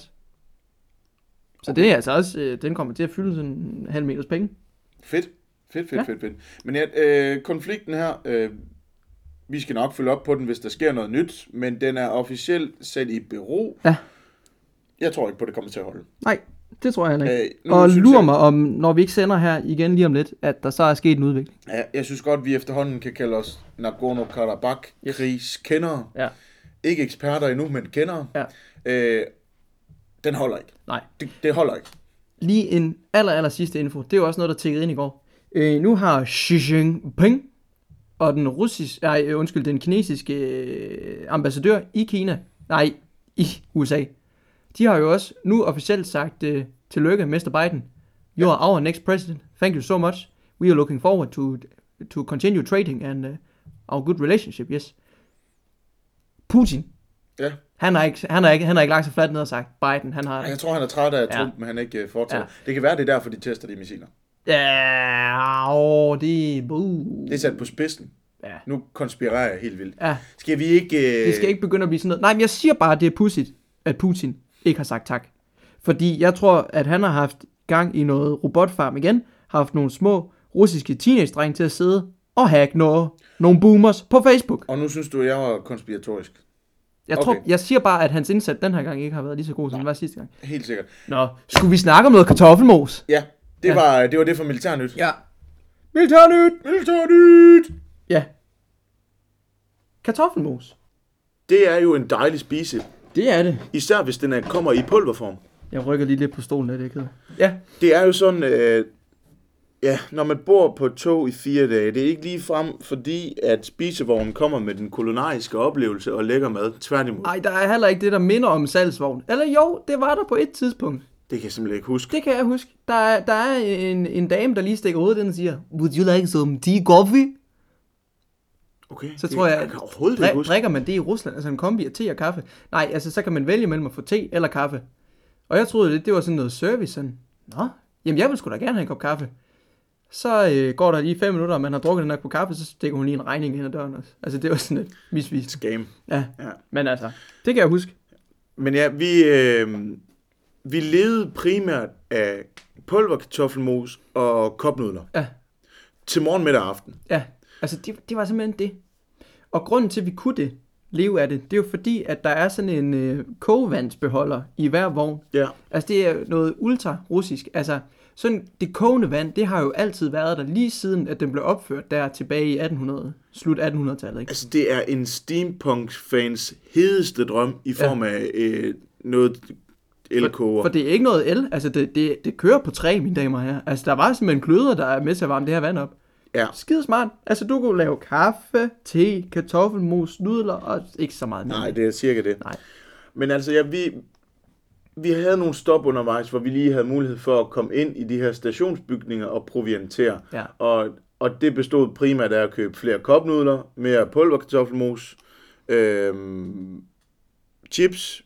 Så Okay. det er altså også, øh, den kommer til at fylde sådan en halv meters penge. Fedt. Fedt, fedt, Ja. ja. fedt, fedt. Men ja, øh, konflikten her, øh, vi skal nok følge op på den, hvis der sker noget nyt, men den er officielt sat i bero. Ja. Jeg tror ikke på, at det kommer til at holde. Nej, det tror jeg heller ikke. Øh, nu Og synes lurer jeg- mig om, når vi ikke sender her igen lige om lidt, at der så er sket en udvikling. Ja, jeg synes godt, at vi efterhånden kan kalde os Nagorno-Karabakh-krigskendere. Ja. Ikke eksperter endnu, men kendere. Ja. Øh, den holder ikke. Nej. Det, det holder ikke. Lige en aller, aller sidste info. Det er jo også noget, der tikkede ind i går. Øh, nu har Xi Jinping og den russiske, nej, øh, undskyld, den kinesiske øh, ambassadør i Kina, nej, i U S A, de har jo også nu officielt sagt øh, tillykke, mister Biden. You are our next president. Thank you so much. We are looking forward to to continue trading and uh, our good relationship. Yes. Putin. Ja. Han har ikke, han har ikke, han har ikke lagt sig fladt ned og sagt Biden. Han har. Jeg tror, han er træt af Ja. Trump, men han ikke uh, fortsætter. Ja. Det kan være, det er derfor, de tester de missiler. Ja, åh, det er... Uh. Det er sat på spidsen. Ja. Nu konspirerer jeg helt vildt. Ja, Skal vi ikke... Uh... det skal ikke begynde at blive sådan noget. Nej, men jeg siger bare, at det er pudsigt, at Putin ikke har sagt tak. Fordi jeg tror, at han har haft gang i noget robotfarm igen, har haft nogle små russiske teenage-drenge til at sidde og hacke noget, nogle boomers på Facebook. Og nu synes du, jeg var konspiratorisk. Jeg, tror, Okay. jeg siger bare, at hans indsats den her gang ikke har været lige så god, som den var sidste gang. Helt sikkert. Nå, skulle vi snakke om noget kartoffelmos? Ja, det, Ja. Var, det var det for militærnyt. Ja. Militærnyt! Militærnyt! Ja. Kartoffelmos. Det er jo en dejlig spise. Det er det. Især hvis den er, kommer i pulverform. Jeg rykker lige lidt på stolen, er det ikke? Ja. Det er jo sådan, øh, ja, når man bor på et tog i fire dage, det er ikke lige frem, fordi at spisevognen kommer med den kulinariske oplevelse og lækker mad. Tværtimod. Ej, der er heller ikke det, der minder om salgsvogn. Eller jo, det var der på et tidspunkt. Det kan jeg simpelthen ikke huske. Det kan jeg huske. Der er, der er en, en dame, der lige stikker hovedet ind og siger, Would you like some tea coffee? Okay, Så det, tror jeg, jeg kan overhovedet ikke drik, huske. drikker man det i Rusland, altså en kombi af te og kaffe? Nej, altså så kan man vælge mellem at få te eller kaffe. Og jeg troede lidt, det var sådan noget service. Sådan, nå, jamen jeg vil sgu da gerne have en kop kaffe. Så øh, går der lige fem minutter, og man har drukket den her kop kaffe, så stikker hun lige en regning ind ad døren også. Altså det var sådan et misvist. Scam. Ja, Ja. men altså, det kan jeg huske. Men ja, vi, øh, vi levede primært af pulverkartoffelmos og kopnudler. Ja. Til morgen, middag og aften. Ja, altså det, det var simpelthen det. Og grunden til, at vi kunne det, leve af det, det er jo fordi, at der er sådan en øh, kogevandsbeholder i hver vogn. Ja. Altså det er noget ultra-russisk. Altså sådan det kogende vand, det har jo altid været der lige siden, at den blev opført der tilbage i atten hundrede, slut attenhundredetallet, ikke? Altså det er en steampunk-fans hedeste drøm i form ja. af øh, noget elkoger. For, for det er ikke noget el, altså det, det, det kører på træ, mine damer og herrer. Altså der var simpelthen gløder, der er med til at varme det her vand op. Ja. Skide smart. Altså du kunne lave kaffe, te, kartoffelmos, nudler og ikke så meget mere. Nej, det er cirka det. Nej. Men altså, ja, vi, vi havde nogle stop undervejs, hvor vi lige havde mulighed for at komme ind i de her stationsbygninger og proviantere. Ja. Og, og det bestod primært af at købe flere kopnudler, mere pulverkartoffelmos, øhm, chips,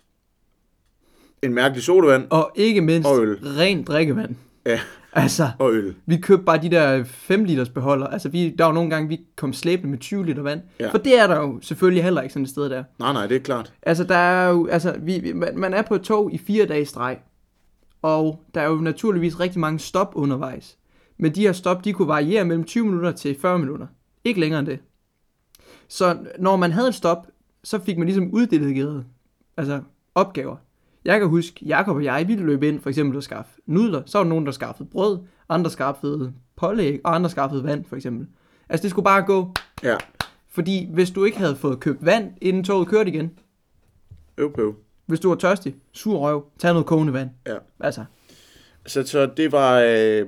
en mærkelig sodavand. Og ikke mindst og øl. Rent drikkevand. Ja, altså, og øl. Vi købte bare de der fem liters beholder. Altså, vi, der var nogle gange, vi kom slæbende med tyve liter vand. Ja. For det er der jo selvfølgelig heller ikke sådan et sted der. Nej, nej, det er klart. Altså, der er jo, altså, vi, vi, man er på et tog i fire dage streg. Og der er jo naturligvis rigtig mange stop undervejs. Men de her stop, de kunne variere mellem tyve minutter til fyrre minutter. Ikke længere end det. Så når man havde et stop, så fik man ligesom uddelegeret altså opgaver. Jeg kan huske, Jakob og jeg, vi løb ind for eksempel at skaffe nudler. Så var der nogen, der skaffede brød, andre skaffede pålæg, og andre skaffede vand for eksempel. Altså det skulle bare gå. Ja. Fordi hvis du ikke havde fået købt vand, inden toget kørte igen. Øv på. Hvis du var tørstig, sur røv, tag noget kogende vand. Ja. Altså. Så, så det var, øh,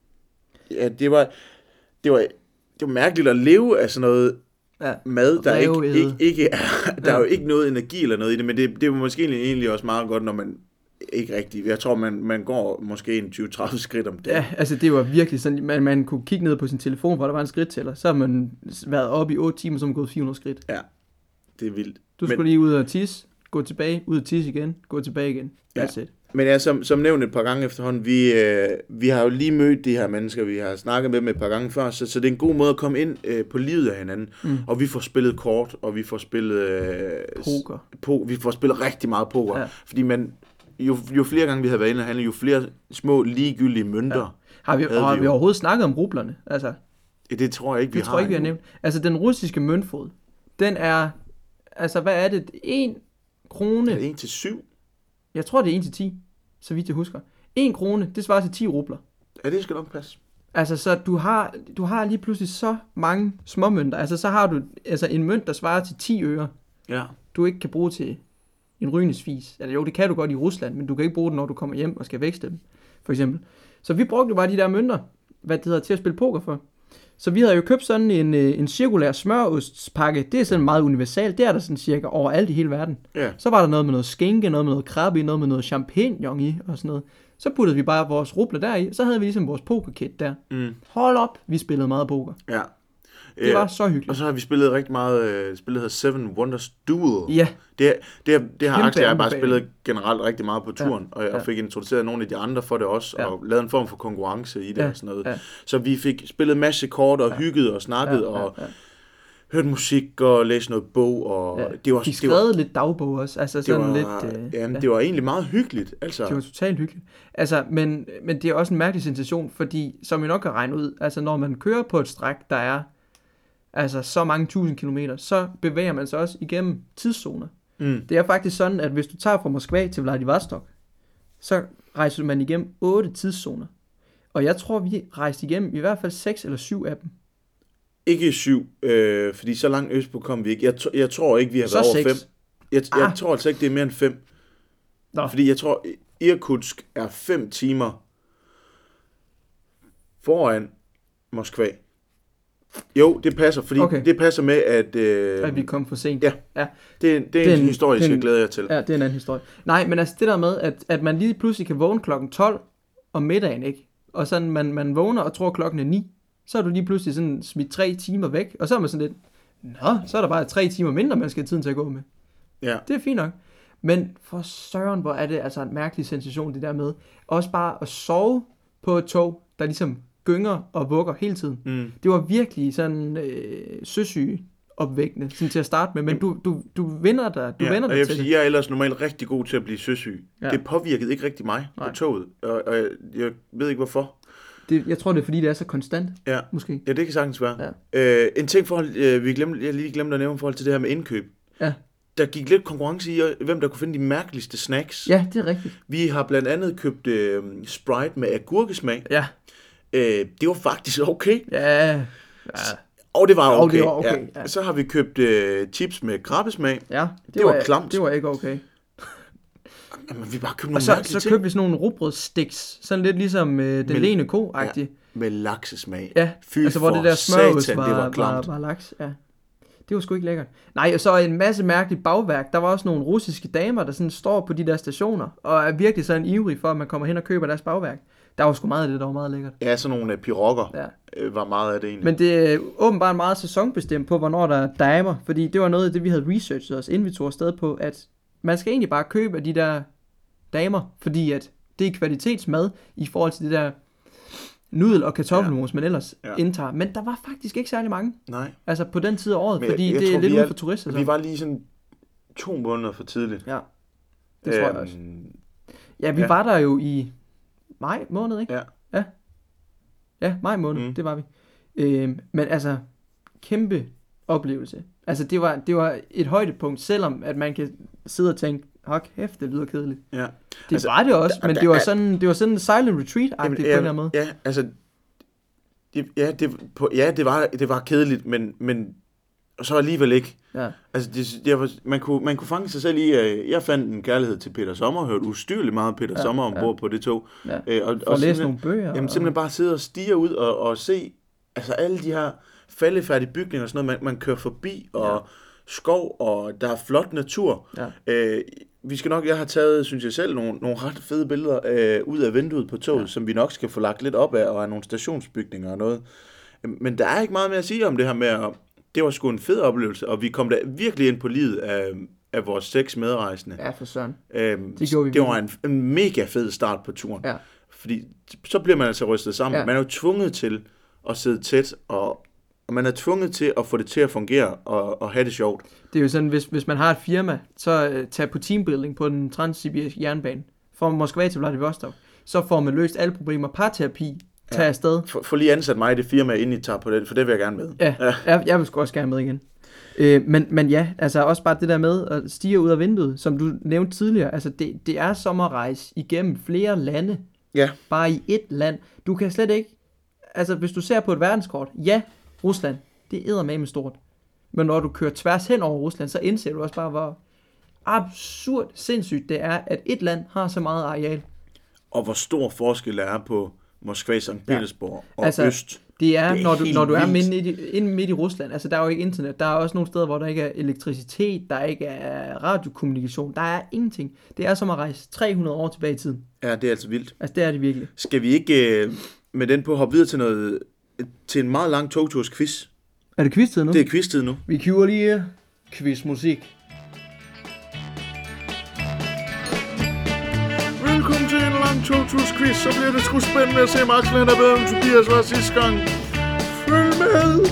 ja, det var, det var, det var mærkeligt at leve af sådan noget ja. mad, der ikke, ikke, ikke er, der ja. er jo ikke noget energi eller noget i det, men det, det var måske egentlig også meget godt, når man ikke rigtig, jeg tror, man, man går måske en tyve til tredive skridt om det. Ja, altså det var virkelig sådan, man, man kunne kigge ned på sin telefon, hvor der var en skridttæller, så har man været oppe i otte timer, så har man gået fire hundrede skridt. Ja, det er vildt. Du skulle men, lige ud og tisse, gå tilbage, ud og tisse igen, gå tilbage igen. That's ja. it. Men ja, som, som nævnt et par gange efterhånden, vi, øh, vi har jo lige mødt de her mennesker, vi har snakket med dem et par gange før, så, så det er en god måde at komme ind øh, på livet af hinanden. Mm. Og vi får spillet kort, og vi får spillet... Øh, poker. Po, vi får spillet rigtig meget poker, ja. Fordi man, jo, jo flere gange vi har været inde og handle, jo flere små ligegyldige mønter ja. Har vi, har vi, vi overhovedet snakket om rublerne? Altså, ja, det tror jeg ikke, vi det har. Det tror jeg ikke, vi har nævnt. Altså den russiske møntfod, den er... Altså hvad er det? en krone... Er det en til syv? Jeg tror, det er en til ti. Så vidt jeg husker. en krone, det svarer til ti rubler. Ja, det skal nok passe. Altså, så du har, du har lige pludselig så mange småmønter. Altså, så har du altså, en mønt, der svarer til ti øre. Ja. Du ikke kan bruge til en rygningsfis. Altså, jo, det kan du godt i Rusland, men du kan ikke bruge den, når du kommer hjem og skal veksle dem, for eksempel. Så vi brugte bare de der mønter, hvad det hedder, til at spille poker for. Så vi havde jo købt sådan en, en cirkulær smørostspakke. Det er sådan meget universalt. Det er der sådan cirka overalt i hele verden. Ja. Så var der noget med noget skinke, noget med noget krabbe i, noget med noget champignon i og sådan noget. Så puttede vi bare vores rubler deri. Så havde vi ligesom vores pokerkit der. Mm. Hold op, vi spillede meget poker. Ja. Det var så hyggeligt. Og så har vi spillet rigtig meget, uh, spillet her Seven Wonders Duel. Ja. Det, det, det har Axel og jeg bare anbefaling. spillet generelt rigtig meget på turen, Ja. og jeg Ja. fik introduceret nogle af de andre for det også, Ja. og lavet en form for konkurrence i det Ja. og sådan noget. Ja. Så vi fik spillet masse kort og Ja. hygget og snakket, Ja. Ja. og Ja. hørt musik og læst noget bog, og Ja. det var... De det skrev var, lidt dagbog også. Altså det sådan var, lidt... Øh, jamen, ja. det var egentlig meget hyggeligt, altså. Det var totalt hyggeligt. Altså, men, men det er også en mærkelig sensation, fordi, som I nok kan regne ud, altså når man kører på et stræk, der er altså så mange tusind kilometer, så bevæger man sig også igennem tidszoner. Mm. Det er faktisk sådan, at hvis du tager fra Moskva til Vladivostok, så rejser man igennem otte tidszoner. Og jeg tror, vi rejste igennem i hvert fald seks eller syv af dem. Ikke syv, øh, fordi så langt østpå kom vi ikke. Jeg, t- jeg tror ikke, vi har Så været over seks. fem. Jeg, jeg Ah. tror altså ikke, det er mere end fem. Nå. Fordi jeg tror, Irkutsk er fem timer foran Moskva. Jo, det passer, fordi Okay. det passer med, at... Øh, At vi kom for sent. Ja, ja. det, det er Det er en en- historie, det er jeg en- glæder jer til. Ja, det er en anden historie. Nej, men altså det der med, at, at man lige pludselig kan vågne klokken tolv om middagen, ikke? Og sådan, man, man vågner og tror klokken er ni. Så er du lige pludselig sådan smidt tre timer væk. Og så er man sådan lidt, nå, så er der bare tre timer mindre, man skal have tiden til at gå med. Ja. Det er fint nok. Men for søren, hvor er det altså en mærkelig sensation, det der med. Også bare at sove på et tog, der ligesom gynger og vugger hele tiden. Mm. Det var virkelig sådan øh, søsyge opvækkende, sådan til at starte med. Men du, du, du vinder dig, du Ja, vender og dig jeg, til vil sige, det. jeg er ellers normalt rigtig god til at blive søsyg. Ja. Det påvirkede ikke rigtig mig Nej. på toget, og, og jeg, jeg ved ikke hvorfor. det. Jeg tror, det er fordi, det er så konstant, Ja, måske. ja det kan sagtens være. Ja. Øh, en ting, forhold, øh, vi glemte, jeg lige glemte at nævne i forhold til det her med indkøb. Ja. der gik lidt konkurrence i, hvem der kunne finde de mærkeligste snacks. Ja, det er rigtigt. Vi har blandt andet købt øh, Sprite med agurkesmag. Ja. Øh, det var faktisk okay. Ja. Ja. Og det var okay. Og det var okay. Ja. Ja. Så har vi købt øh, chips med krabbesmag. Ja. Det, det var, var klamt. Det var ikke okay. Jamen, vi bare købte nogle og så, mærkelige så ting. købte vi sådan nogle rugbrødssticks. Sådan lidt ligesom øh, den lene ko-agtige. Ja, med laksesmag. Ja, Fy altså hvor det der smørhus var, var, var, var laks. Ja. Det var sgu ikke lækkert. Nej, og så en masse mærkeligt bagværk. Der var også nogle russiske damer, der sådan står på de der stationer, og er virkelig sådan ivrig for, at man kommer hen og køber deres bagværk. Der var sgu meget af det, der var meget lækkert. Ja, sådan nogle uh, pirokker ja. øh, var meget af det egentlig. Men det er åbenbart meget sæsonbestemt på, hvornår der er damer, fordi det var noget af det, vi havde researchet os, inden vi tog afsted på, at man skal egentlig bare købe af de der damer, fordi at det er kvalitetsmad i forhold til det der nudel- og kartoffelmos, ja. man ellers ja. indtager. Men der var faktisk ikke særlig mange. Nej. Altså på den tid af året, Men fordi jeg, jeg det tror, er lidt er, ude for turister. Så. Vi var lige sådan to måneder for tidligt. Ja, det tror øhm, jeg også. Ja, vi ja. var der jo i maj måned, ikke? Ja. Ja, ja maj måned, mm. det var vi. Øhm, men altså, kæmpe oplevelse. Altså det var, det var et højdepunkt, selvom at man kan sidde og tænke, hold kæft, det lyder kedeligt. Ja. Det altså, var det også, der, men der, det var der, sådan, det var sådan en silent retreat-agtigt på en eller anden måde. Ja, altså, det, ja, det, på, ja det, var, det var kedeligt, men, men så alligevel ikke. Ja. Altså, det, det var, man, kunne, man kunne fange sig selv i, at jeg fandt en kærlighed til Peter Sommer, hørte ustyrligt meget Peter ja, Sommer ombord ja. på det tog. Ja. Øh, og, For at læse nogle bøger. Jamen, simpelthen bare sidde og stige ud og, og se altså alle de her faldefærdige bygninger og sådan noget, man, man kører forbi, og ja. skov, og der er flot natur. Ja. Øh, vi skal nok, jeg har taget, synes jeg selv, nogle, nogle ret fede billeder øh, ud af vinduet på toget, ja. som vi nok skal få lagt lidt op af, og af nogle stationsbygninger og noget. Men der er ikke meget mere at sige om det her med, at det var sgu en fed oplevelse, og vi kom da virkelig ind på livet af, af vores seks medrejsende. Ja, for søren. Øhm, det gjorde vi det var en, en mega fed start på turen. Ja. Fordi så bliver man altså rystet sammen. Ja. Man er jo tvunget til at sidde tæt, og, og man er tvunget til at få det til at fungere, og, og have det sjovt. Det er jo sådan, hvis, hvis man har et firma, så uh, tag på teambuilding på den transsibiriske jernbane, fra Moskva til Vladivostok, så får man løst alle problemer. Parterapi, tag ja. afsted. For, for lige ansat mig i det firma, inden I tager på det, for det vil jeg gerne med. Ja, ja. Jeg, jeg vil sgu også gerne med igen. Øh, men, men ja, altså også bare det der med at stige ud af vinduet, som du nævnte tidligere, altså det, det er som at rejse igennem flere lande, ja. bare i ét land. Du kan slet ikke, altså hvis du ser på et verdenskort, ja, Rusland, det er eddermame stort. Men når du kører tværs hen over Rusland, så indser du også bare, hvor absurd sindssygt det er, at et land har så meget areal. Og hvor stor forskel der er på Moskva, Sankt Petersborg ja. og altså, Øst. Det er, det er når, du, når du er midt i, inde midt i Rusland, altså der er jo ikke internet, der er også nogle steder, hvor der ikke er elektricitet, der ikke er radiokommunikation, der er ingenting. Det er som at rejse tre hundrede år tilbage i tiden. Ja, det er altså vildt. Altså det er det virkelig. Skal vi ikke øh, med den på hoppe videre til noget, til en meget lang togturs quiz? Er det quiz-tid nu? Det er quiz-tid nu. Vi kører lige quizmusik. Velkommen til en lang togturs quiz, så bliver det sgu spændende at se, om Axel han er bedre end Tobias var sidste gang. Følg med!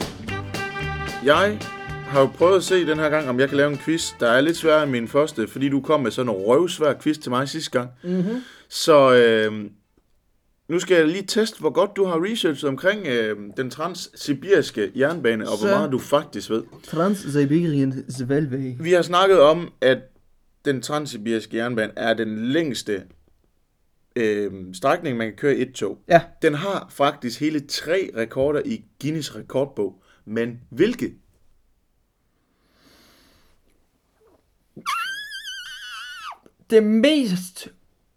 Jeg har jo prøvet at se den her gang, om jeg kan lave en quiz, der er lidt sværere end min første, fordi du kom med sådan en røvsvær quiz til mig sidste gang. Mm-hmm. Så øh, nu skal jeg lige teste, hvor godt du har researchet omkring øh, den transsibiriske jernbane, og så hvor meget du faktisk ved. Transsibiriens Railway. Vi har snakket om, at den transsibiriske jernbane er den længste øh, strækning, man kan køre i et tog. Ja. Den har faktisk hele tre rekorder i Guinness rekordbog. Men hvilke? Det mest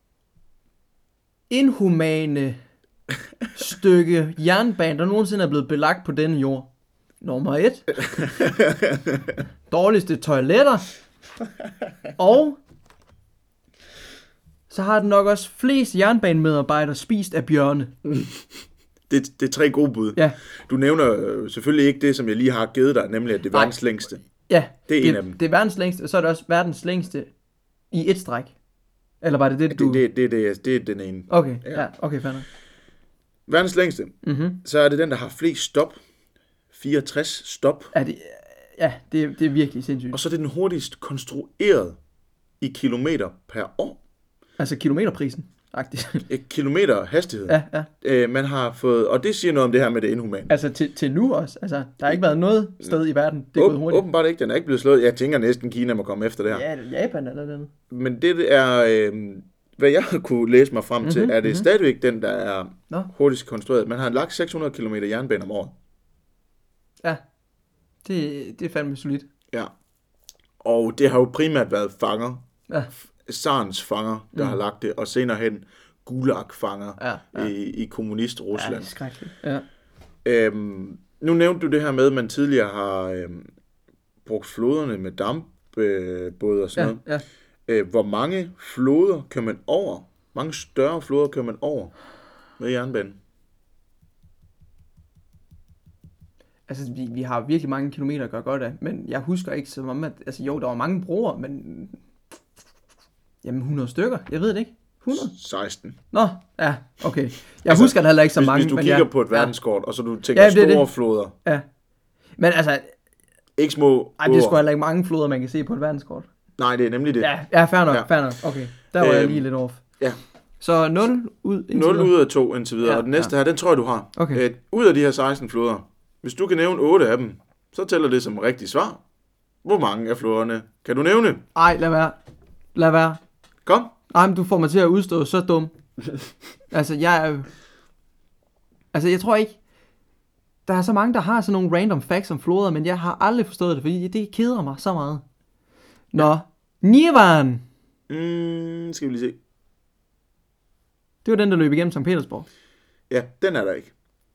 inhumane stykke jernbane, der nogensinde er blevet belagt på denne jord. Nummer et. Dårligste toiletter. Og så har den nok også flest jernbanemedarbejdere spist af bjørne. Det, det er tre gode bud. Ja. Du nævner selvfølgelig ikke det, som jeg lige har givet dig, nemlig at det er Nej. verdens længste. Ja, det er det, en af dem. Det er verdens længste, og så er det også verdens længste i et stræk. Eller var det det, du... Det, det, det, det, det er den ene. Okay, ja, ja okay, fanden. Verdens længste. Mm-hmm. Så er det den, der har flest stop. fireogtres stop. Ja, det, ja det, det er virkelig sindssygt. Og så er det den hurtigst konstrueret i kilometer per år. Altså kilometerprisen? Et kilometer hastighed. Ja, ja. Øh, man har fået, og det siger noget om det her med det inhumane. Altså til, til nu også. Altså, der har ikke været noget sted i verden. Det er Åb- gået hurtigt. Åbenbart ikke. Den er ikke blevet slået. Jeg tænker næsten, Kina må komme efter det her. Ja, eller Japan eller noget. Men det er, øh, hvad jeg kunne læse mig frem til, Mhm, er det mhm. stadigvæk den, der er Nå. hurtigst konstrueret. Man har lagt seks hundrede kilometer jernbane om året. Ja, det, det er fandme solidt. Ja. Og det har jo primært været fanger, Ja, Zarens fanger, der Mm. har lagt det, og senere hen Gulag-fanger ja, ja. i, i kommunist-Rusland. Ja, det er skrækkeligt. Ja. Øhm, nu nævnte du det her med, at man tidligere har øhm, brugt floderne med dampbåde øh, og sådan Ja, noget. ja. Øh, hvor mange floder kører man over? Mange større floder kører man over med jernbanen? Altså, vi, vi har virkelig mange kilometer at gøre godt af, men jeg husker ikke som om, at... Altså, jo, der var mange broer, men... Jamen, hundrede stykker. Jeg ved det ikke. hundrede? seksten. Nå, ja, okay. Jeg Altså, altså, husker det heller ikke så Hvis, mange, hvis du men kigger ja, på et verdenskort, og så du tænker Ja, det er store det. floder, ja, ja. Men altså, ikke små ej, det er åer. sgu heller ikke mange floder, man kan se på et verdenskort. Nej, det er nemlig det. Ja, ja, fair nok, Ja. ja. fair nok. Okay, der var øhm, jeg Øhm, lige lidt off. ja. Så nul ud indtil nul videre. ud af to indtil videre, Ja, og den næste ja. her, den tror jeg, du har. Okay. Øh, ud af de her seksten floder, hvis du kan nævne otte af dem, så tæller det som rigtigt svar. Hvor mange af floderne kan du nævne? Ej, lad være. Lad være. Kom. Nej, men du får mig til at udstå så dum. Altså, jeg er jo... Altså, jeg tror ikke... Der er så mange, der har sådan nogle random facts om floder, men jeg har aldrig forstået det, fordi det keder mig så meget. Nå, Nivaren. Mm, skal vi lige se. Det var den, der løb igennem Sankt Petersborg. Ja, den er der ikke.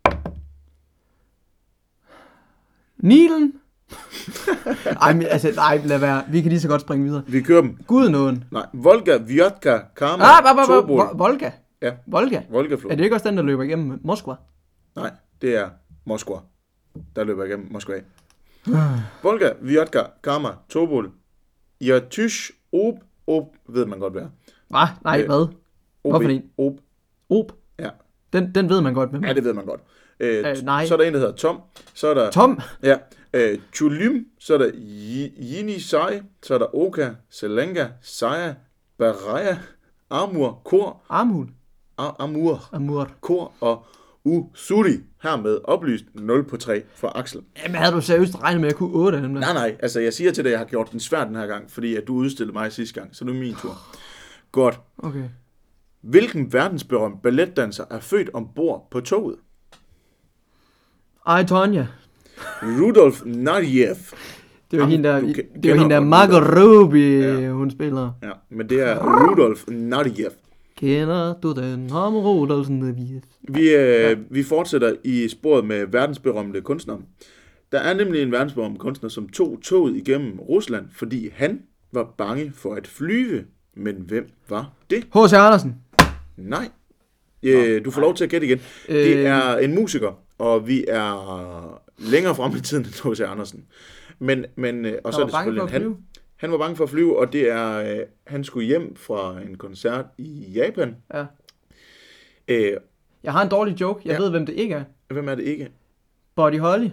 Nilen. Ej, men, altså, nej, lad være. Vi kan lige så godt springe videre. Vi kører dem. Gudnåden. Nej, Volga, Vyotka, Kama, Ah, bah, bah, bah, Tobol. Vo- Volga. Ja, Volga. Volgaflod. Er det ikke også den, der løber igennem Moskva? Nej, det er Moskva. Der løber igennem Moskva. Volga, Vyotka, Kama, Tobol. Irtysh, Ob, Ob, ved man godt hvad. Hvad? Nej, Øh, hvad? O B, Hvorfor en? Ob. Ob. Ja. Den, den ved man godt, hvem Ja, er. det ved man godt. Øh, Øh, nej. Så er der en, der hedder Tom. Så er der... Tom. Ja. Øh, Chulim. Så er der Yinisai. Så er der Oka, Selenga, Saya, Baraya, Amur, Kor, Armhul. A- Amur, Amur. Kor og Usuri. Hermed oplyst nul på tre for Axel. Jamen, havde du seriøst regnet med, at jeg kunne otte af dem der? Nej, nej. Altså, jeg siger til dig, at jeg har gjort den svær den her gang, fordi at du udstillede mig sidste gang. Så nu er min tur. Godt. Okay. Hvilken verdensberømt balletdanser er født ombord på toget? Ej, Tonja. Rudolf Nureyev. Det var Ham, hende der, du det ke- var kender hende der godt Margot Robbie, Ja. hun spiller. Ja, men det er Rudolf Nureyev. Kender du den ham Rudolfsen, der vi Vi, øh, vi fortsætter i sporet med verdensberømte kunstnere. Der er nemlig en verdensberømt kunstner, som tog toget igennem Rusland, fordi han var bange for at flyve. Men hvem var det? H C. Andersen. Nej. Øh, du får lov til at gætte igen. Øh. Det er en musiker, og vi er længere frem i tiden end H C. Andersen. Men, men, øh, og så er var det bange selvfølgelig for en at han. flyve? Han var bange for at flyve, og det er, øh, han skulle hjem fra en koncert i Japan. Ja. Øh, Jeg har en dårlig joke. Jeg Ja. ved, hvem det ikke er. hvem er det ikke? Buddy Holly.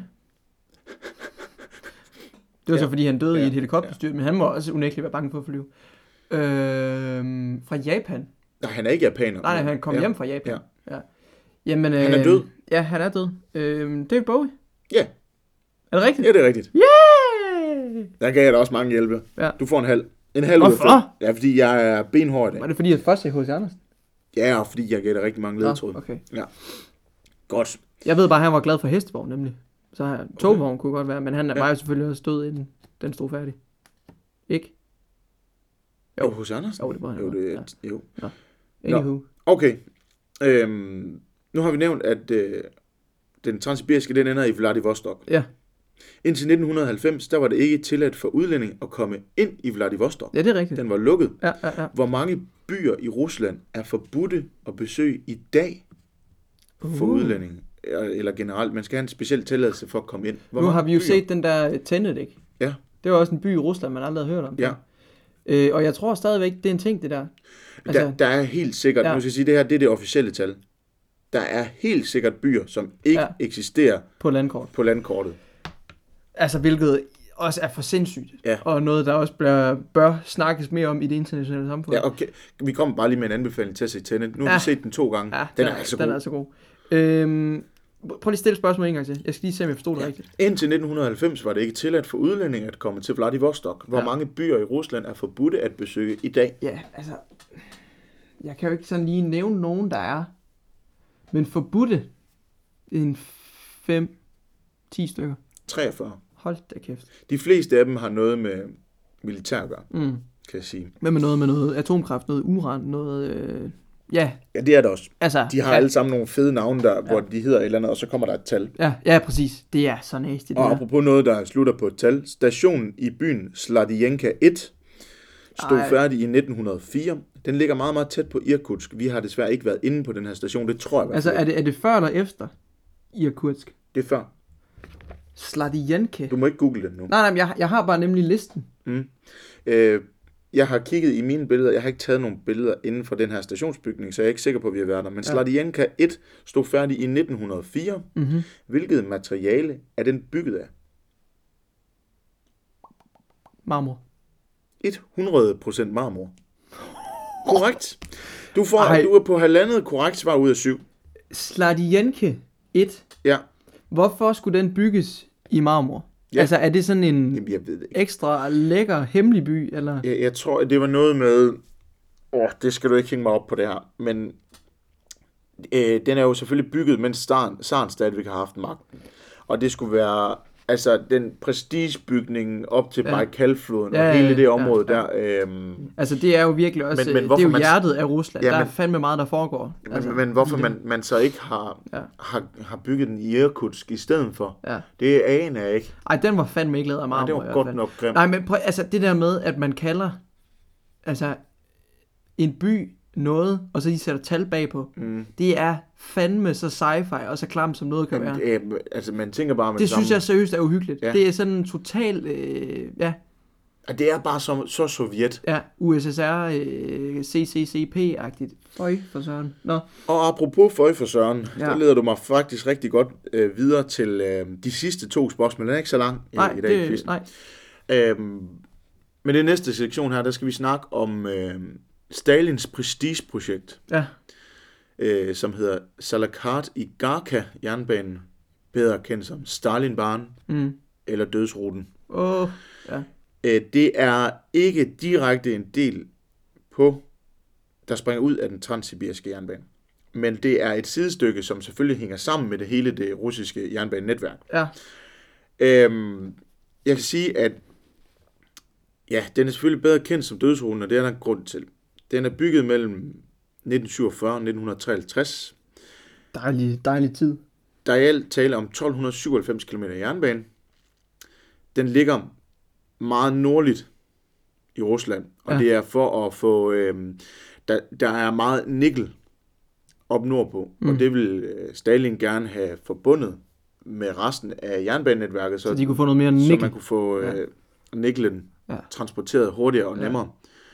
Det var så, Ja. fordi han døde Ja. i et helikopterstyrt, men han må også unægteligt være bange for at flyve. Øhm, fra Japan. Nej, han er ikke japaner. Nej, nej, han kom ja. hjem fra Japan. Ja. Ja. Jamen, Han er øh, død. Ja, han er død. Øhm, David Bowie. Ja, Er det rigtigt? ja, det er rigtigt. Yeah! Der gav jeg dig også mange hjælpe. Ja. Du får en halv. En halv ud af Hvorfor? fem. Ja, fordi jeg er benhård i Var dag. det fordi, jeg først sagde H C. Andersen? Ja, og fordi jeg gætter rigtig mange ledetråde. Nå, okay. Ja. Godt. Jeg ved bare, at han var glad for hestevogn, nemlig. Så her, togvogn kunne godt være, men han var jo selvfølgelig også død, inden den stod færdig. Ikke? Jo, hos Andersen? Jo, det må han jo, godt, det, jo. Anywho. Okay. Øhm, nu har vi nævnt, at øh, den transsibiriske, den ender i Vladivostok. Ja. Indtil nitten halvfems, der var det ikke tilladt for udlændinge at komme ind i Vladivostok. Ja, det er rigtigt. Den var lukket. Ja, ja, ja. Hvor mange byer i Rusland er forbudte at besøge i dag for Uh. udlændinge? Eller generelt, man skal have en speciel tilladelse for at komme ind. Hvor Nu mange har vi jo byer? set den der Tenet, ikke? Ja. Det var også en by i Rusland, man aldrig har hørt om. Ja. Øh, og jeg tror stadigvæk, det er en ting, det der. Altså, Der, der er helt sikkert, Ja. ja. nu skal jeg sige, det her det er det officielle tal. Der er helt sikkert byer, som ikke Ja. ja. eksisterer på landkort. på landkortet. Altså, hvilket også er for sindssygt. Ja. Og noget, der også bør, bør snakkes mere om i det internationale samfund. Ja, okay. Vi kommer bare lige med en anbefaling til at se Tenet. Nu har Ja. vi set den to gange. Ja, den, den er altså den god. er altså god. Øhm, prøv lige at stille spørgsmål en gang til. Jeg skal lige se, om jeg forstod det Ja. rigtigt. Indtil nitten halvfems var det ikke tilladt for udlændinge at komme til Vladivostok. Hvor Ja. mange byer i Rusland er forbudte at besøge i dag? Ja, altså... Jeg kan jo ikke sådan lige nævne nogen, der er. Men forbudte en fem ti stykker. treogfyrre. Hold da kæft. De fleste af dem har noget med militær at gøre, Mm. kan jeg sige. Hvad med noget med noget atomkraft, noget uran, noget... Øh... Ja, Ja, det er det også. altså... De har ja, alle sammen nogle fede navne, der, ja. hvor de hedder et eller andet, og så kommer der et tal. Ja, ja, præcis. Det er så nasty, det Og der. apropos noget, der slutter på et tal. Stationen i byen Sladienka et stod Ej. færdig i nitten hundrede og fire. Den ligger meget, meget tæt på Irkutsk. Vi har desværre ikke været inde på den her station. Det tror jeg i hvert Altså, fald er det, er det før eller efter Irkutsk? Det er før. Sladienke? Du må ikke google det nu. Nej, nej, men jeg, jeg har bare nemlig listen. Mm. Øh, jeg har kigget i mine billeder. Jeg har ikke taget nogle billeder inden for den her stationsbygning, så jeg er ikke sikker på, at vi har været der. Men Ja. Sladienka et stod færdig i nitten hundrede og fire. Mm-hmm. Hvilket materiale er den bygget af? Marmor. hundrede procent marmor. Korrekt. Du, får, Ej. du er på halvandet korrekt svar ud af syv. Sladienke et. Ja. Hvorfor skulle den bygges i marmor? Ja. Altså, er det sådan en Jamen, jeg ved det ikke. ekstra lækker hemmelig by, eller? Jeg, jeg tror, at det var noget med... Åh, det skal du ikke hænge mig op på det her. Men øh, den er jo selvfølgelig bygget, mens Zaren, Zaren stadigvæk har haft magten. Og det skulle være... Altså, den prestigebygning op til Ja. Bajkalfloden Ja, og ja, hele det ja, område ja. der. Øhm, Altså, det er jo virkelig også, Men- men det hvorfor er jo man- hjertet af Rusland. Ja, Der er men- fandme meget, der foregår. men, Altså, men hvorfor det- man, man så ikke har, Ja. har, har bygget den i Irkutsk i stedet for, Ja. det aner jeg ikke. Ej, den var fandme ikke lavet af Nej, marmor. det i var hvert godt fald. nok grimt. Nej, men prøv, altså det der med, at man kalder altså en by noget, og så de sætter tal bagpå, Mm. det er fandme så sci-fi og så klam, som noget kan Men, være. øh, altså, man tænker bare med Det samme... synes jeg seriøst er uhyggeligt. Ja. Det er sådan en total, øh, ja, At det er bare så, så sovjet. ja, U S S R, øh, C C C P-agtigt. Føj, for søren. Nå, Og apropos føj for Søren, Ja. der leder du mig faktisk rigtig godt øh, videre til øh, de sidste to spørgsmål. Den er ikke så lang i, nej, i dag. i det, quizzen. nej. Øhm, men den næste sektion her, der skal vi snakke om øh, Stalins prestigeprojekt, Ja, øh, som hedder Salakart i Garka-jernbanen, bedre kendt som Stalinbanen mm. eller Dødsruten. Åh, ja. Øh, det er ikke direkte en del på, der springer ud af den transsibiriske jernbane. Men det er et sidestykke, som selvfølgelig hænger sammen med det hele det russiske jernbanenetværk. Ja, Øhm, jeg kan sige, at ja, den er selvfølgelig bedre kendt som Dødsruten, og det er der en grund til. Den er bygget mellem nitten syvogfyrre og nitten treoghalvtreds. dejlig, dejlig tid. Der er i alt tale om tolv syvoghalvfems kilometer jernbane. Den ligger meget nordligt i Rusland, og Ja. ja. det er for at få... Øhm, der, der er meget nikkel op nordpå, mm. Mm. og det vil øh, Stalin gerne have forbundet med resten af jernbanenetværket, så, Så de kunne få noget mere så nikkel. man kunne få øh, nikkelen Ja. transporteret hurtigere og Ja. nemmere.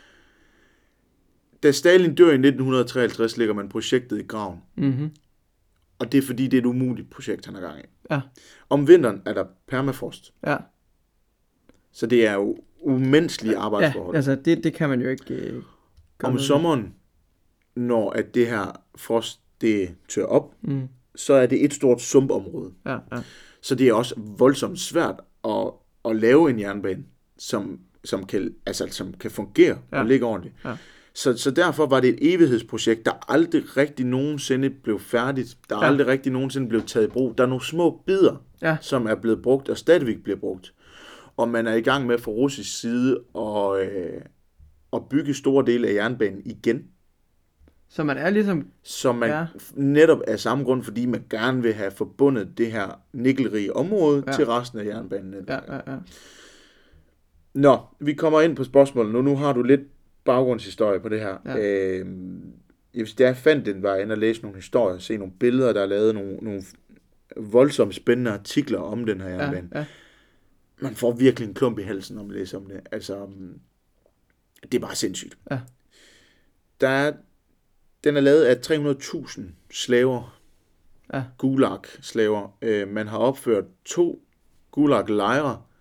Da Stalin dør i nitten treoghalvtreds, lægger man projektet i graven. Mm-hmm. Og det er fordi, det er et umuligt projekt, han er gang i. Ja, Om vinteren er der permafrost, ja. så det er jo umenneskelige arbejdsforhold. Ja, altså det, det kan man jo ikke øh, gøre Om noget sommeren, når at det her frost det tør op, ved. Mm. så er det et stort sumpområde. Ja, ja. Så det er også voldsomt svært at, at lave en jernbane, som, som, kan, altså, som kan fungere Ja. og ligge ordentligt. Ja. Så, så derfor var det et evighedsprojekt, der aldrig rigtig nogensinde blev færdigt. Der Ja. aldrig rigtig nogensinde blev taget i brug. Der er nogle små bidder, Ja. som er blevet brugt og stadigvæk bliver brugt. Og man er i gang med fra russisk side at, øh, at bygge store dele af jernbanen igen. Så man er ligesom, Så man Ja. ja. netop af samme grund, fordi man gerne vil have forbundet det her nikkelrige område Ja. ja. til resten af jernbanen. ja, ja, ja. Nå, vi kommer ind på spørgsmålet nu. Nu har du lidt baggrundshistorie på det her. Ja. Øh, da jeg fandt den, var jeg inde og læse nogle historier, se nogle billeder, der er lavet nogle, nogle voldsomt spændende artikler om den her ja, jernbane. ja. Man får virkelig en klump i halsen, når man læser om det. Altså, um, det er bare sindssygt. Ja. Der er, den er lavet af tre hundrede tusind slaver, Ja. gulag-slaver. Øh, man har opført to gulag-lejre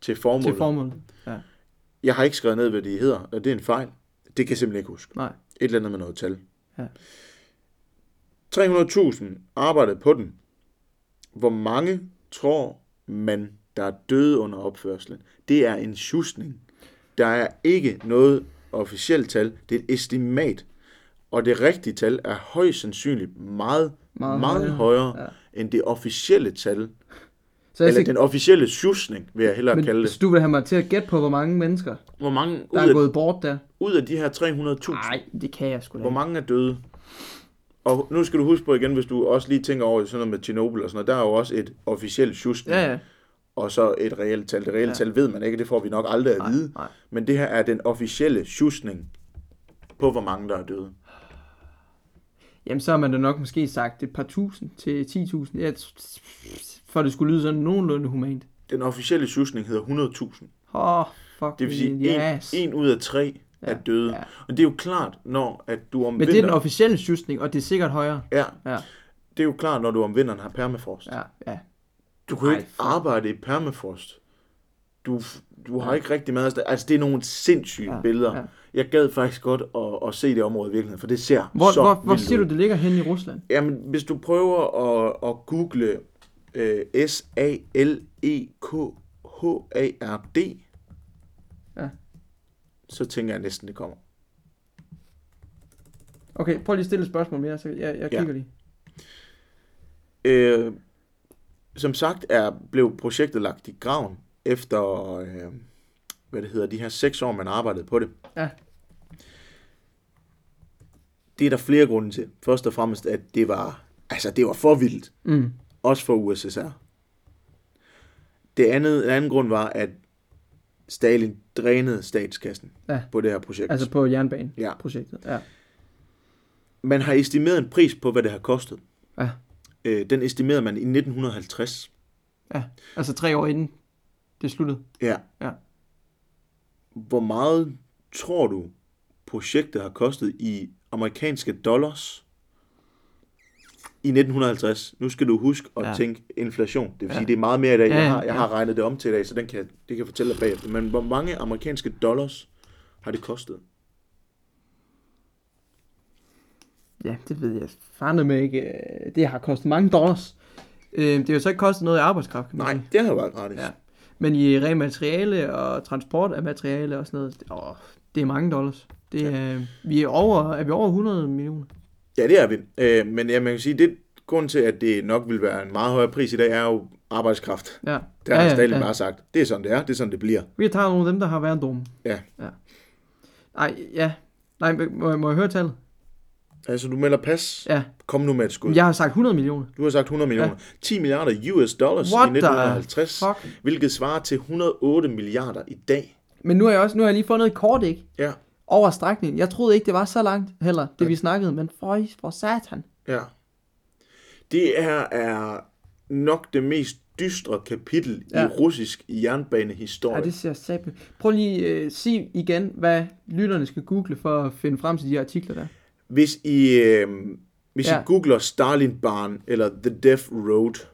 til formålet. Til formålet, ja. Jeg har ikke skrevet ned, hvad de hedder, og det er en fejl. Det kan jeg simpelthen ikke huske. Nej. Et eller andet med noget tal. Ja. tre hundrede tusind arbejdede på den. Hvor mange tror man, der er døde under opførslen? Det er en sjusning. Der er ikke noget officielt tal. Det er et estimat. Og det rigtige tal er højst sandsynligt meget, meget, meget højere, højere ja. end det officielle tal. Så eller den officielle sjusning, vil jeg hellere men kalde det. Så du vil have mig til at gætte på, hvor mange mennesker, hvor mange, der er af, gået bort der? Ud af de her tre hundrede tusind. Nej, det kan jeg sgu da. Hvor mange er døde? Og nu skal du huske på igen, hvis du også lige tænker over sådan noget med Tjernobyl og sådan noget, der er jo også et officielt sjusning. Ja, ja. Og så et reelt tal. Det reelle ja. tal ved man ikke, det får vi nok aldrig at nej, vide. Nej. Men det her er den officielle sjusning på, hvor mange der er døde. Jamen, så har man da nok måske sagt et par tusind til ti tusind. Ja, for det skulle lyde sådan nogenlunde humant. Den officielle sjusning hedder hundrede tusind. Åh, oh, fuck. Det vil sige, yes. en, en ud af tre ja. er døde. Ja. Og det er jo klart, når at du om Men vinteren... det er den officielle sjusning, og det er sikkert højere. Ja. ja. Det er jo klart, når du om vinteren har permafrost. Ja, ja. Du kan jo ikke arbejde i permafrost. Du, du har ja. ikke rigtig meget... Altså, det er nogle sindssyge ja. billeder. Ja. Jeg gad faktisk godt at, at se det område i virkeligheden, for det ser hvor, så hvor, hvor siger du, det ligger hen i Rusland? Jamen, hvis du prøver at, at google uh, S A L E K H A R D, ja. så tænker jeg næsten, det kommer. Okay, prøv lige at stille et spørgsmål mere, så jeg, jeg kigger ja. lige. Uh, som sagt er blev projektet lagt i graven efter... Uh, hvad det hedder, de her seks år, man arbejdede på det. Ja. Det er der flere grunde til. Først og fremmest, at det var, altså det var for vildt. Mm. Også for U S S R. Det andet, den anden grund var, at Stalin drænede statskassen ja. på det her projekt. Altså på jernbaneprojektet. Ja. ja. Man har estimeret en pris på, hvad det har kostet. Ja. Øh, den estimerede man i nitten halvtreds. Ja, altså tre år inden det sluttede. Ja. Ja. Hvor meget tror du, projektet har kostet i amerikanske dollars i nitten halvtreds? Nu skal du huske at ja. tænke inflation. Det vil ja. sige, det er meget mere i dag. Jeg har, jeg har regnet det om til i dag, så den kan, det kan jeg fortælle dig bagefter. Men hvor mange amerikanske dollars har det kostet? Ja, det ved jeg fandme med ikke. Det har kostet mange dollars. Det har jo så ikke kostet noget i arbejdskraft. Nej, det har jo været gratis. Ja. Men i ren materiale og transport af materiale og sådan noget, det, åh, det er mange dollars. Det er, ja. vi er, over, er vi over hundrede millioner? Ja, det er vi. Øh, men ja, man kan sige, det grund til, at det nok vil være en meget højere pris i dag, er jo arbejdskraft. Ja. Der har ja, Stalin ja. bare sagt, det er sådan det er, det er sådan det bliver. Vi tager nogle af dem, der har været dumme. Ja. ja. Nej, ja. Nej, må, må jeg høre tallet? Altså, du melder pas. Ja. Kom nu med et skud. Jeg har sagt hundrede millioner. Du har sagt hundrede millioner. Ja. ti milliarder U S dollars What i nitten halvtreds, hvilket svarer til et hundrede og otte milliarder i dag. Men nu har jeg også nu har jeg lige fundet et kort, ikke? Ja. Over strækningen. Jeg troede ikke, det var så langt heller, det ja. vi snakkede, men for, for satan. Ja. Det her er nok det mest dystre kapitel ja. i russisk jernbanehistorie. Ja, det ser sæbe. Prøv lige at uh, sige igen, hvad lytterne skal google for at finde frem til de her artikler der. Hvis I, øh, hvis ja. I googler Stalinbanen eller The Death Road,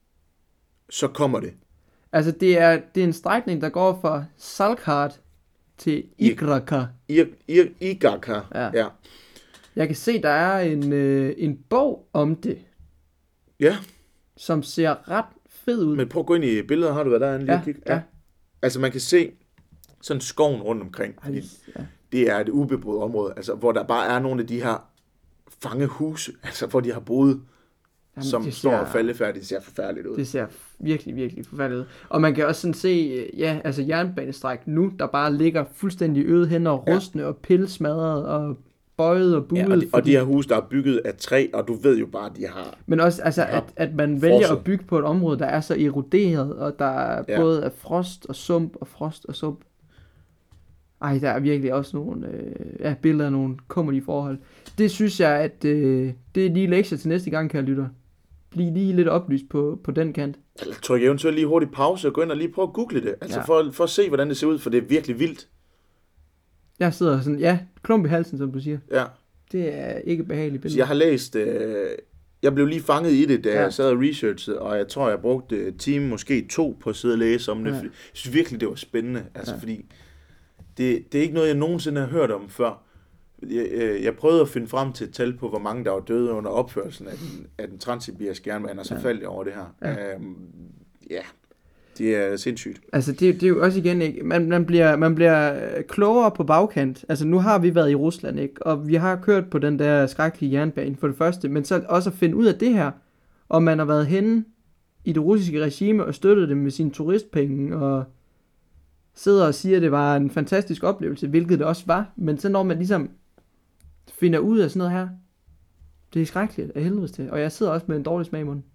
så kommer det. Altså, det er, det er en strækning, der går fra Salkhard til Igraka. Igraka, ja. ja. Jeg kan se, der er en, øh, en bog om det. Ja. Som ser ret fed ud. Men prøv at gå ind i billeder, har du været derinde lige ja, at kigge? Ja. ja. Altså, man kan se sådan skoven rundt omkring. Ej, ja. Det er et ubeboet område, altså, hvor der bare er nogle af de her fangehuse, altså, hvor de har boet, Jamen, som ser, står og faldefærdigt. Det ser forfærdeligt ud. Det ser virkelig, virkelig forfærdeligt ud. Og man kan også sådan se, ja, altså jernbanestræk nu, der bare ligger fuldstændig øde hen og rustne ja. og pilsmadret og bøjet og buet. Ja, og, de, fordi... og de her huse, der er bygget af træ, og du ved jo bare, at de har... Men også, altså, at, at man vælger forset. at bygge på et område, der er så eroderet, og der er ja. både af frost og sump og frost og sump. Ej, der er virkelig også nogle øh, ja, billeder af nogle kummerlige forhold. Det synes jeg, at øh, det er lige lektier til næste gang, kan jeg lytte. Bliv lige lidt oplyst på, på den kant. Eller tryk eventuelt lige hurtigt pause og gå ind og lige prøve at google det. Altså ja. for, for at se, hvordan det ser ud, for det er virkelig vildt. Jeg sidder sådan, ja, klump i halsen, som du siger. Ja. Det er ikke behageligt billede. Jeg har læst øh, jeg blev lige fanget i det, da Ja. jeg sad og researchede, og jeg tror, jeg brugte et time, måske to, på at sidde og læse om det. Ja. Ja. Jeg synes virkelig, det var spændende, altså, Ja. fordi det, det er ikke noget, jeg nogensinde har hørt om før. Jeg, jeg, jeg prøvede at finde frem til et tal på, hvor mange der var døde under opførelsen af den, af den transsibiriske jernbane, og så Ja. faldt jeg over det her. Ja. Øhm, ja, det er sindssygt. Altså, det, det er jo også igen, ikke? Man, man, bliver, man bliver klogere på bagkant. Altså, nu har vi været i Rusland, ikke? Og vi har kørt på den der skrækkelige jernbane, for det første. Men så også at finde ud af det her. Og man har været henne i det russiske regime og støttet det med sine turistpenge, og sidder og siger, at det var en fantastisk oplevelse, hvilket det også var. Men så når man ligesom finder ud af sådan noget her, det er skrækkeligt af helvede til. Og jeg sidder også med en dårlig smag i munden.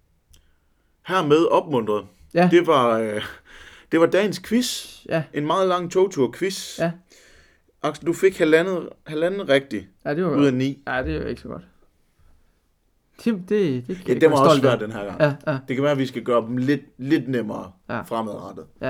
Hermed opmuntret. Ja. Det var, øh, det var dagens quiz. Ja. En meget lang togtur-quiz. Ja. Axel, du fik halvandet, halvandet rigtigt Ja, det var ud godt. af ni. Ja, det er jo ikke så godt. Det, det, det kan Ja, jeg det var være også stolt af. svært den her gang. Ja, ja, Det kan være, at vi skal gøre dem lidt, lidt nemmere Ja. fremadrettet. ja.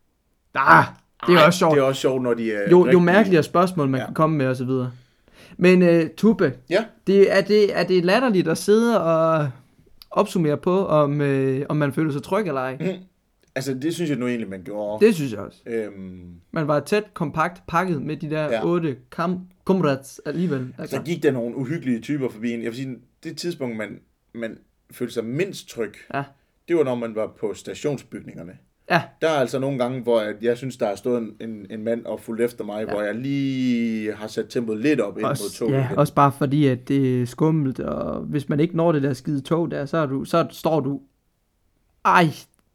Ah, det er Ej, også sjovt. Det er også sjovt, når de er Jo, jo rigtig- mærkeligere spørgsmål, man Ja. kan komme med og så videre. Men uh, Tube, Ja, det, er, det, er det latterligt at sidde og opsummere på, om, øh, om man føler sig tryg eller ej? mm. altså det synes jeg nu egentlig, man gjorde. Det synes jeg også. Øhm, Man var tæt, kompakt pakket med de der Ja. otte kam- komrats alligevel. Altså. der gik der nogle uhyggelige typer forbi en. Jeg vil sige, det tidspunkt, man, man følte sig mindst tryg, Ja. det var, når man var på stationsbygningerne. Ja, Der er altså nogle gange, hvor jeg, jeg synes, der er stået en, en, en mand og fulgt efter mig, Ja. ja. hvor jeg lige har sat tempoet lidt op ind mod også, toget. ja, igen. også bare fordi, at det er skummelt, og hvis man ikke når det der skide tog der, så, er du, så står du ej,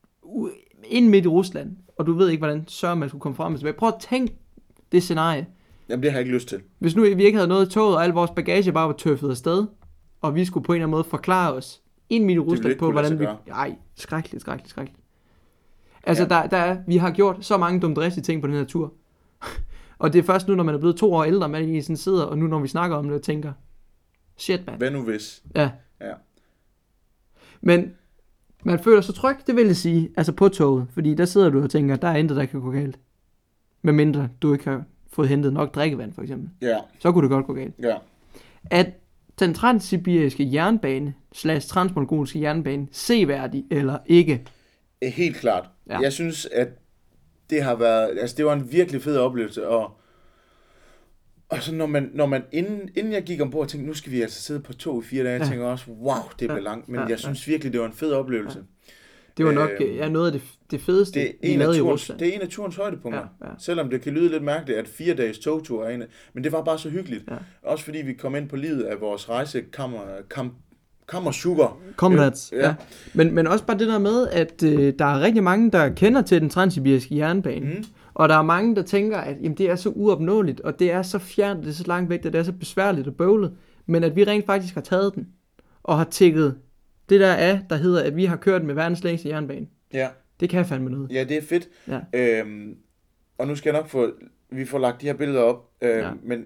u- ind midt i Rusland, og du ved ikke, hvordan sørger man skulle komme frem og tilbage. Prøv at tænke det scenarie. Jamen, det har jeg ikke lyst til. Hvis nu vi ikke havde noget i toget, og al vores bagage bare var tøffet afsted, og vi skulle på en eller anden måde forklare os ind midt i ville Rusland ikke på, kunne lade hvordan vi... sig Ej, skrækkeligt, skrækkeligt, skrækkeligt. Altså, Ja. der, der er, vi har gjort så mange dumdristige ting på den her tur. Og det er først nu, når man er blevet to år ældre, man egentlig sådan sidder, og nu når vi snakker om det og tænker, shit, man. Hvad nu hvis? Ja. Ja. Men man føler sig tryg, det vil jeg sige, altså på toget, fordi der sidder du og tænker, der er intet, der kan gå galt. Med mindre du ikke har fået hentet nok drikkevand, for eksempel. Ja, Så kunne det godt gå galt. ja. At den transsibiriske jernbane, slash transmongolske jernbane, seværdig eller ikke? Eh, Helt klart. Ja. Ja. Jeg synes, at det har været, altså det var en virkelig fed oplevelse, og, og så når man, når man inden, inden jeg gik ombord, tænkte, nu skal vi altså sidde på tog i fire dage, jeg Ja. tænker også, wow, det blev Ja. langt, men Ja, jeg ja. synes virkelig, det var en fed oplevelse. Det var nok Øh, ja, noget af det, det fedeste, Det er, vi en af lavede i turens, Rusland. det er en af turens højdepunkter. Ja, ja. Selvom det kan lyde lidt mærkeligt, at fire dages togtur er en af, men det var bare så hyggeligt. Ja. Også fordi vi kom ind på livet af vores rejse kammer, kam, kammersugar. Comrades, ja. Ja. ja. Men, men også bare det der med, at øh, der er rigtig mange, der kender til den transsibiriske jernbane. Mm. Og der er mange, der tænker, at jamen, det er så uopnåeligt, og det er så fjernt, det er så langt væk, og det er så besværligt og bøvlet. Men at vi rent faktisk har taget den, og har tækket det der af, der hedder, at vi har kørt med verdens længste jernbane. Ja. Det kan fandme noget. Ja, det er fedt. Ja. Øhm, og nu skal jeg nok få, vi får lagt de her billeder op, øhm, Ja. men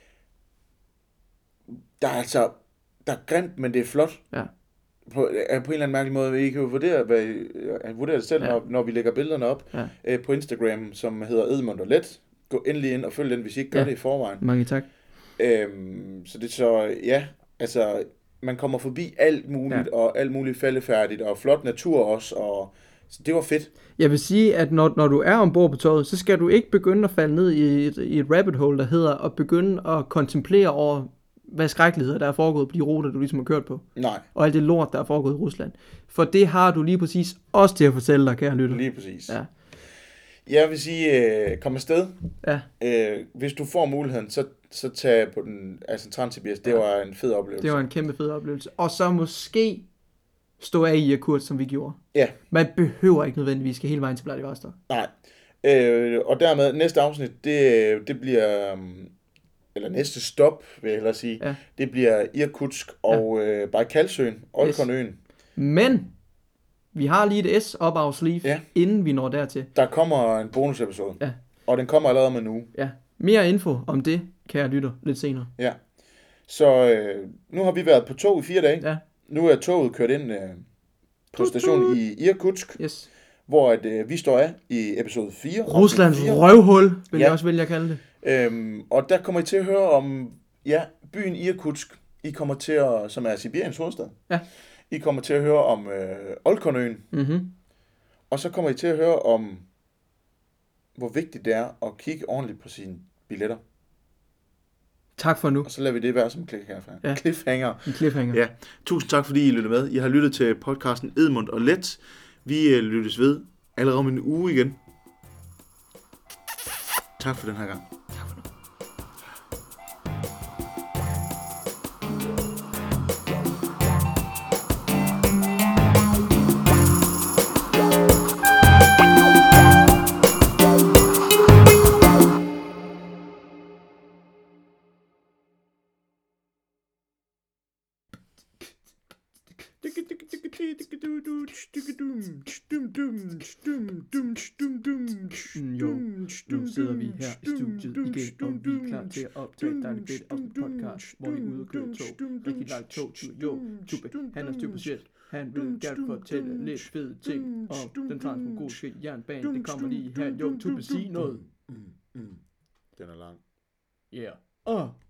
der er altså, der er grimt, men det er flot. Ja. På, øh, på en eller anden mærkelig måde. Vi kan jo vurdere, hvad, øh, vurdere det selv, Ja. ja. når, når vi lægger billederne op Ja. øh, på Instagram, som hedder Edmund og Let. Gå endelig ind og følg den, hvis I ikke gør Ja. det i forvejen. Mange tak. Øhm, så det er så, ja, altså, man kommer forbi alt muligt, Ja. ja. og alt muligt faldefærdigt, og flot natur også, og så det var fedt. Jeg vil sige, at når, når du er ombord på toget, så skal du ikke begynde at falde ned i et, i et rabbit hole, der hedder at begynde at kontemplere over, hvad skrækkeligheder der er foregået på de ruter, du ligesom har kørt på. Nej, Og alt det lort, der er foregået i Rusland. For det har du lige præcis også til at fortælle dig, kære lytter. lige præcis. Ja. Jeg vil sige, øh, kom afsted. Ja. Øh, hvis du får muligheden, så, så tag på den, altså Transsibirisk. Det Ja. var en fed oplevelse. Det var en kæmpe fed oplevelse. Og så måske stå af i Jakut, som vi gjorde. Ja, Man behøver ikke nødvendigvis skal hele vejen til Vladivostok. nej. Øh, og dermed, næste afsnit, det, det bliver, um, eller næste stop, vil jeg hellere sige, Ja. det bliver Irkutsk og ja. øh, Bajkalsøen, Olkonøen. Men vi har lige et S op our sleeve, Ja. inden vi når dertil. Der kommer en bonusepisode, Ja. og den kommer allerede med nu. Ja. Mere info om det, kære lytter, lidt senere. Ja. Så øh, nu har vi været på tog i fire dage. Ja. Nu er toget kørt ind øh, på stationen i Irkutsk, Yes. hvor at, øh, vi står af i episode fire. Ruslands afsnit fire. røvhul, vil Ja. jeg også vælge at kalde det. Øhm, og der kommer I til at høre om ja, byen Irkutsk. I kommer til at, som er Sibiriens hovedstad. Ja. I kommer til at høre om øh, Olkonøen. Mhm. Og så kommer I til at høre om, hvor vigtigt det er at kigge ordentligt på sine billetter. Tak for nu. Og så lader vi det være som cliffhanger. Ja. cliffhanger. En cliffhanger. Ja. Tusind tak, fordi I lyttede med. I har lyttet til podcasten Edmund og Let. Vi øh, lyttes ved allerede om en uge igen. Tak for den her gang. Tak for nu. Jo, nu sidder vi her i studiet igen, og vi er klar til at optage dejligt fedt afsnit podcast, hvor vi er ude og køre tog. Rigtig langt togtur. Jo, Tube, han er super shit. Han vil gerne fortælle lidt fede ting om den transmongolske jernbane. Det kommer lige her. Jo, Tube, sig noget. Den er lang. Yeah. Uh.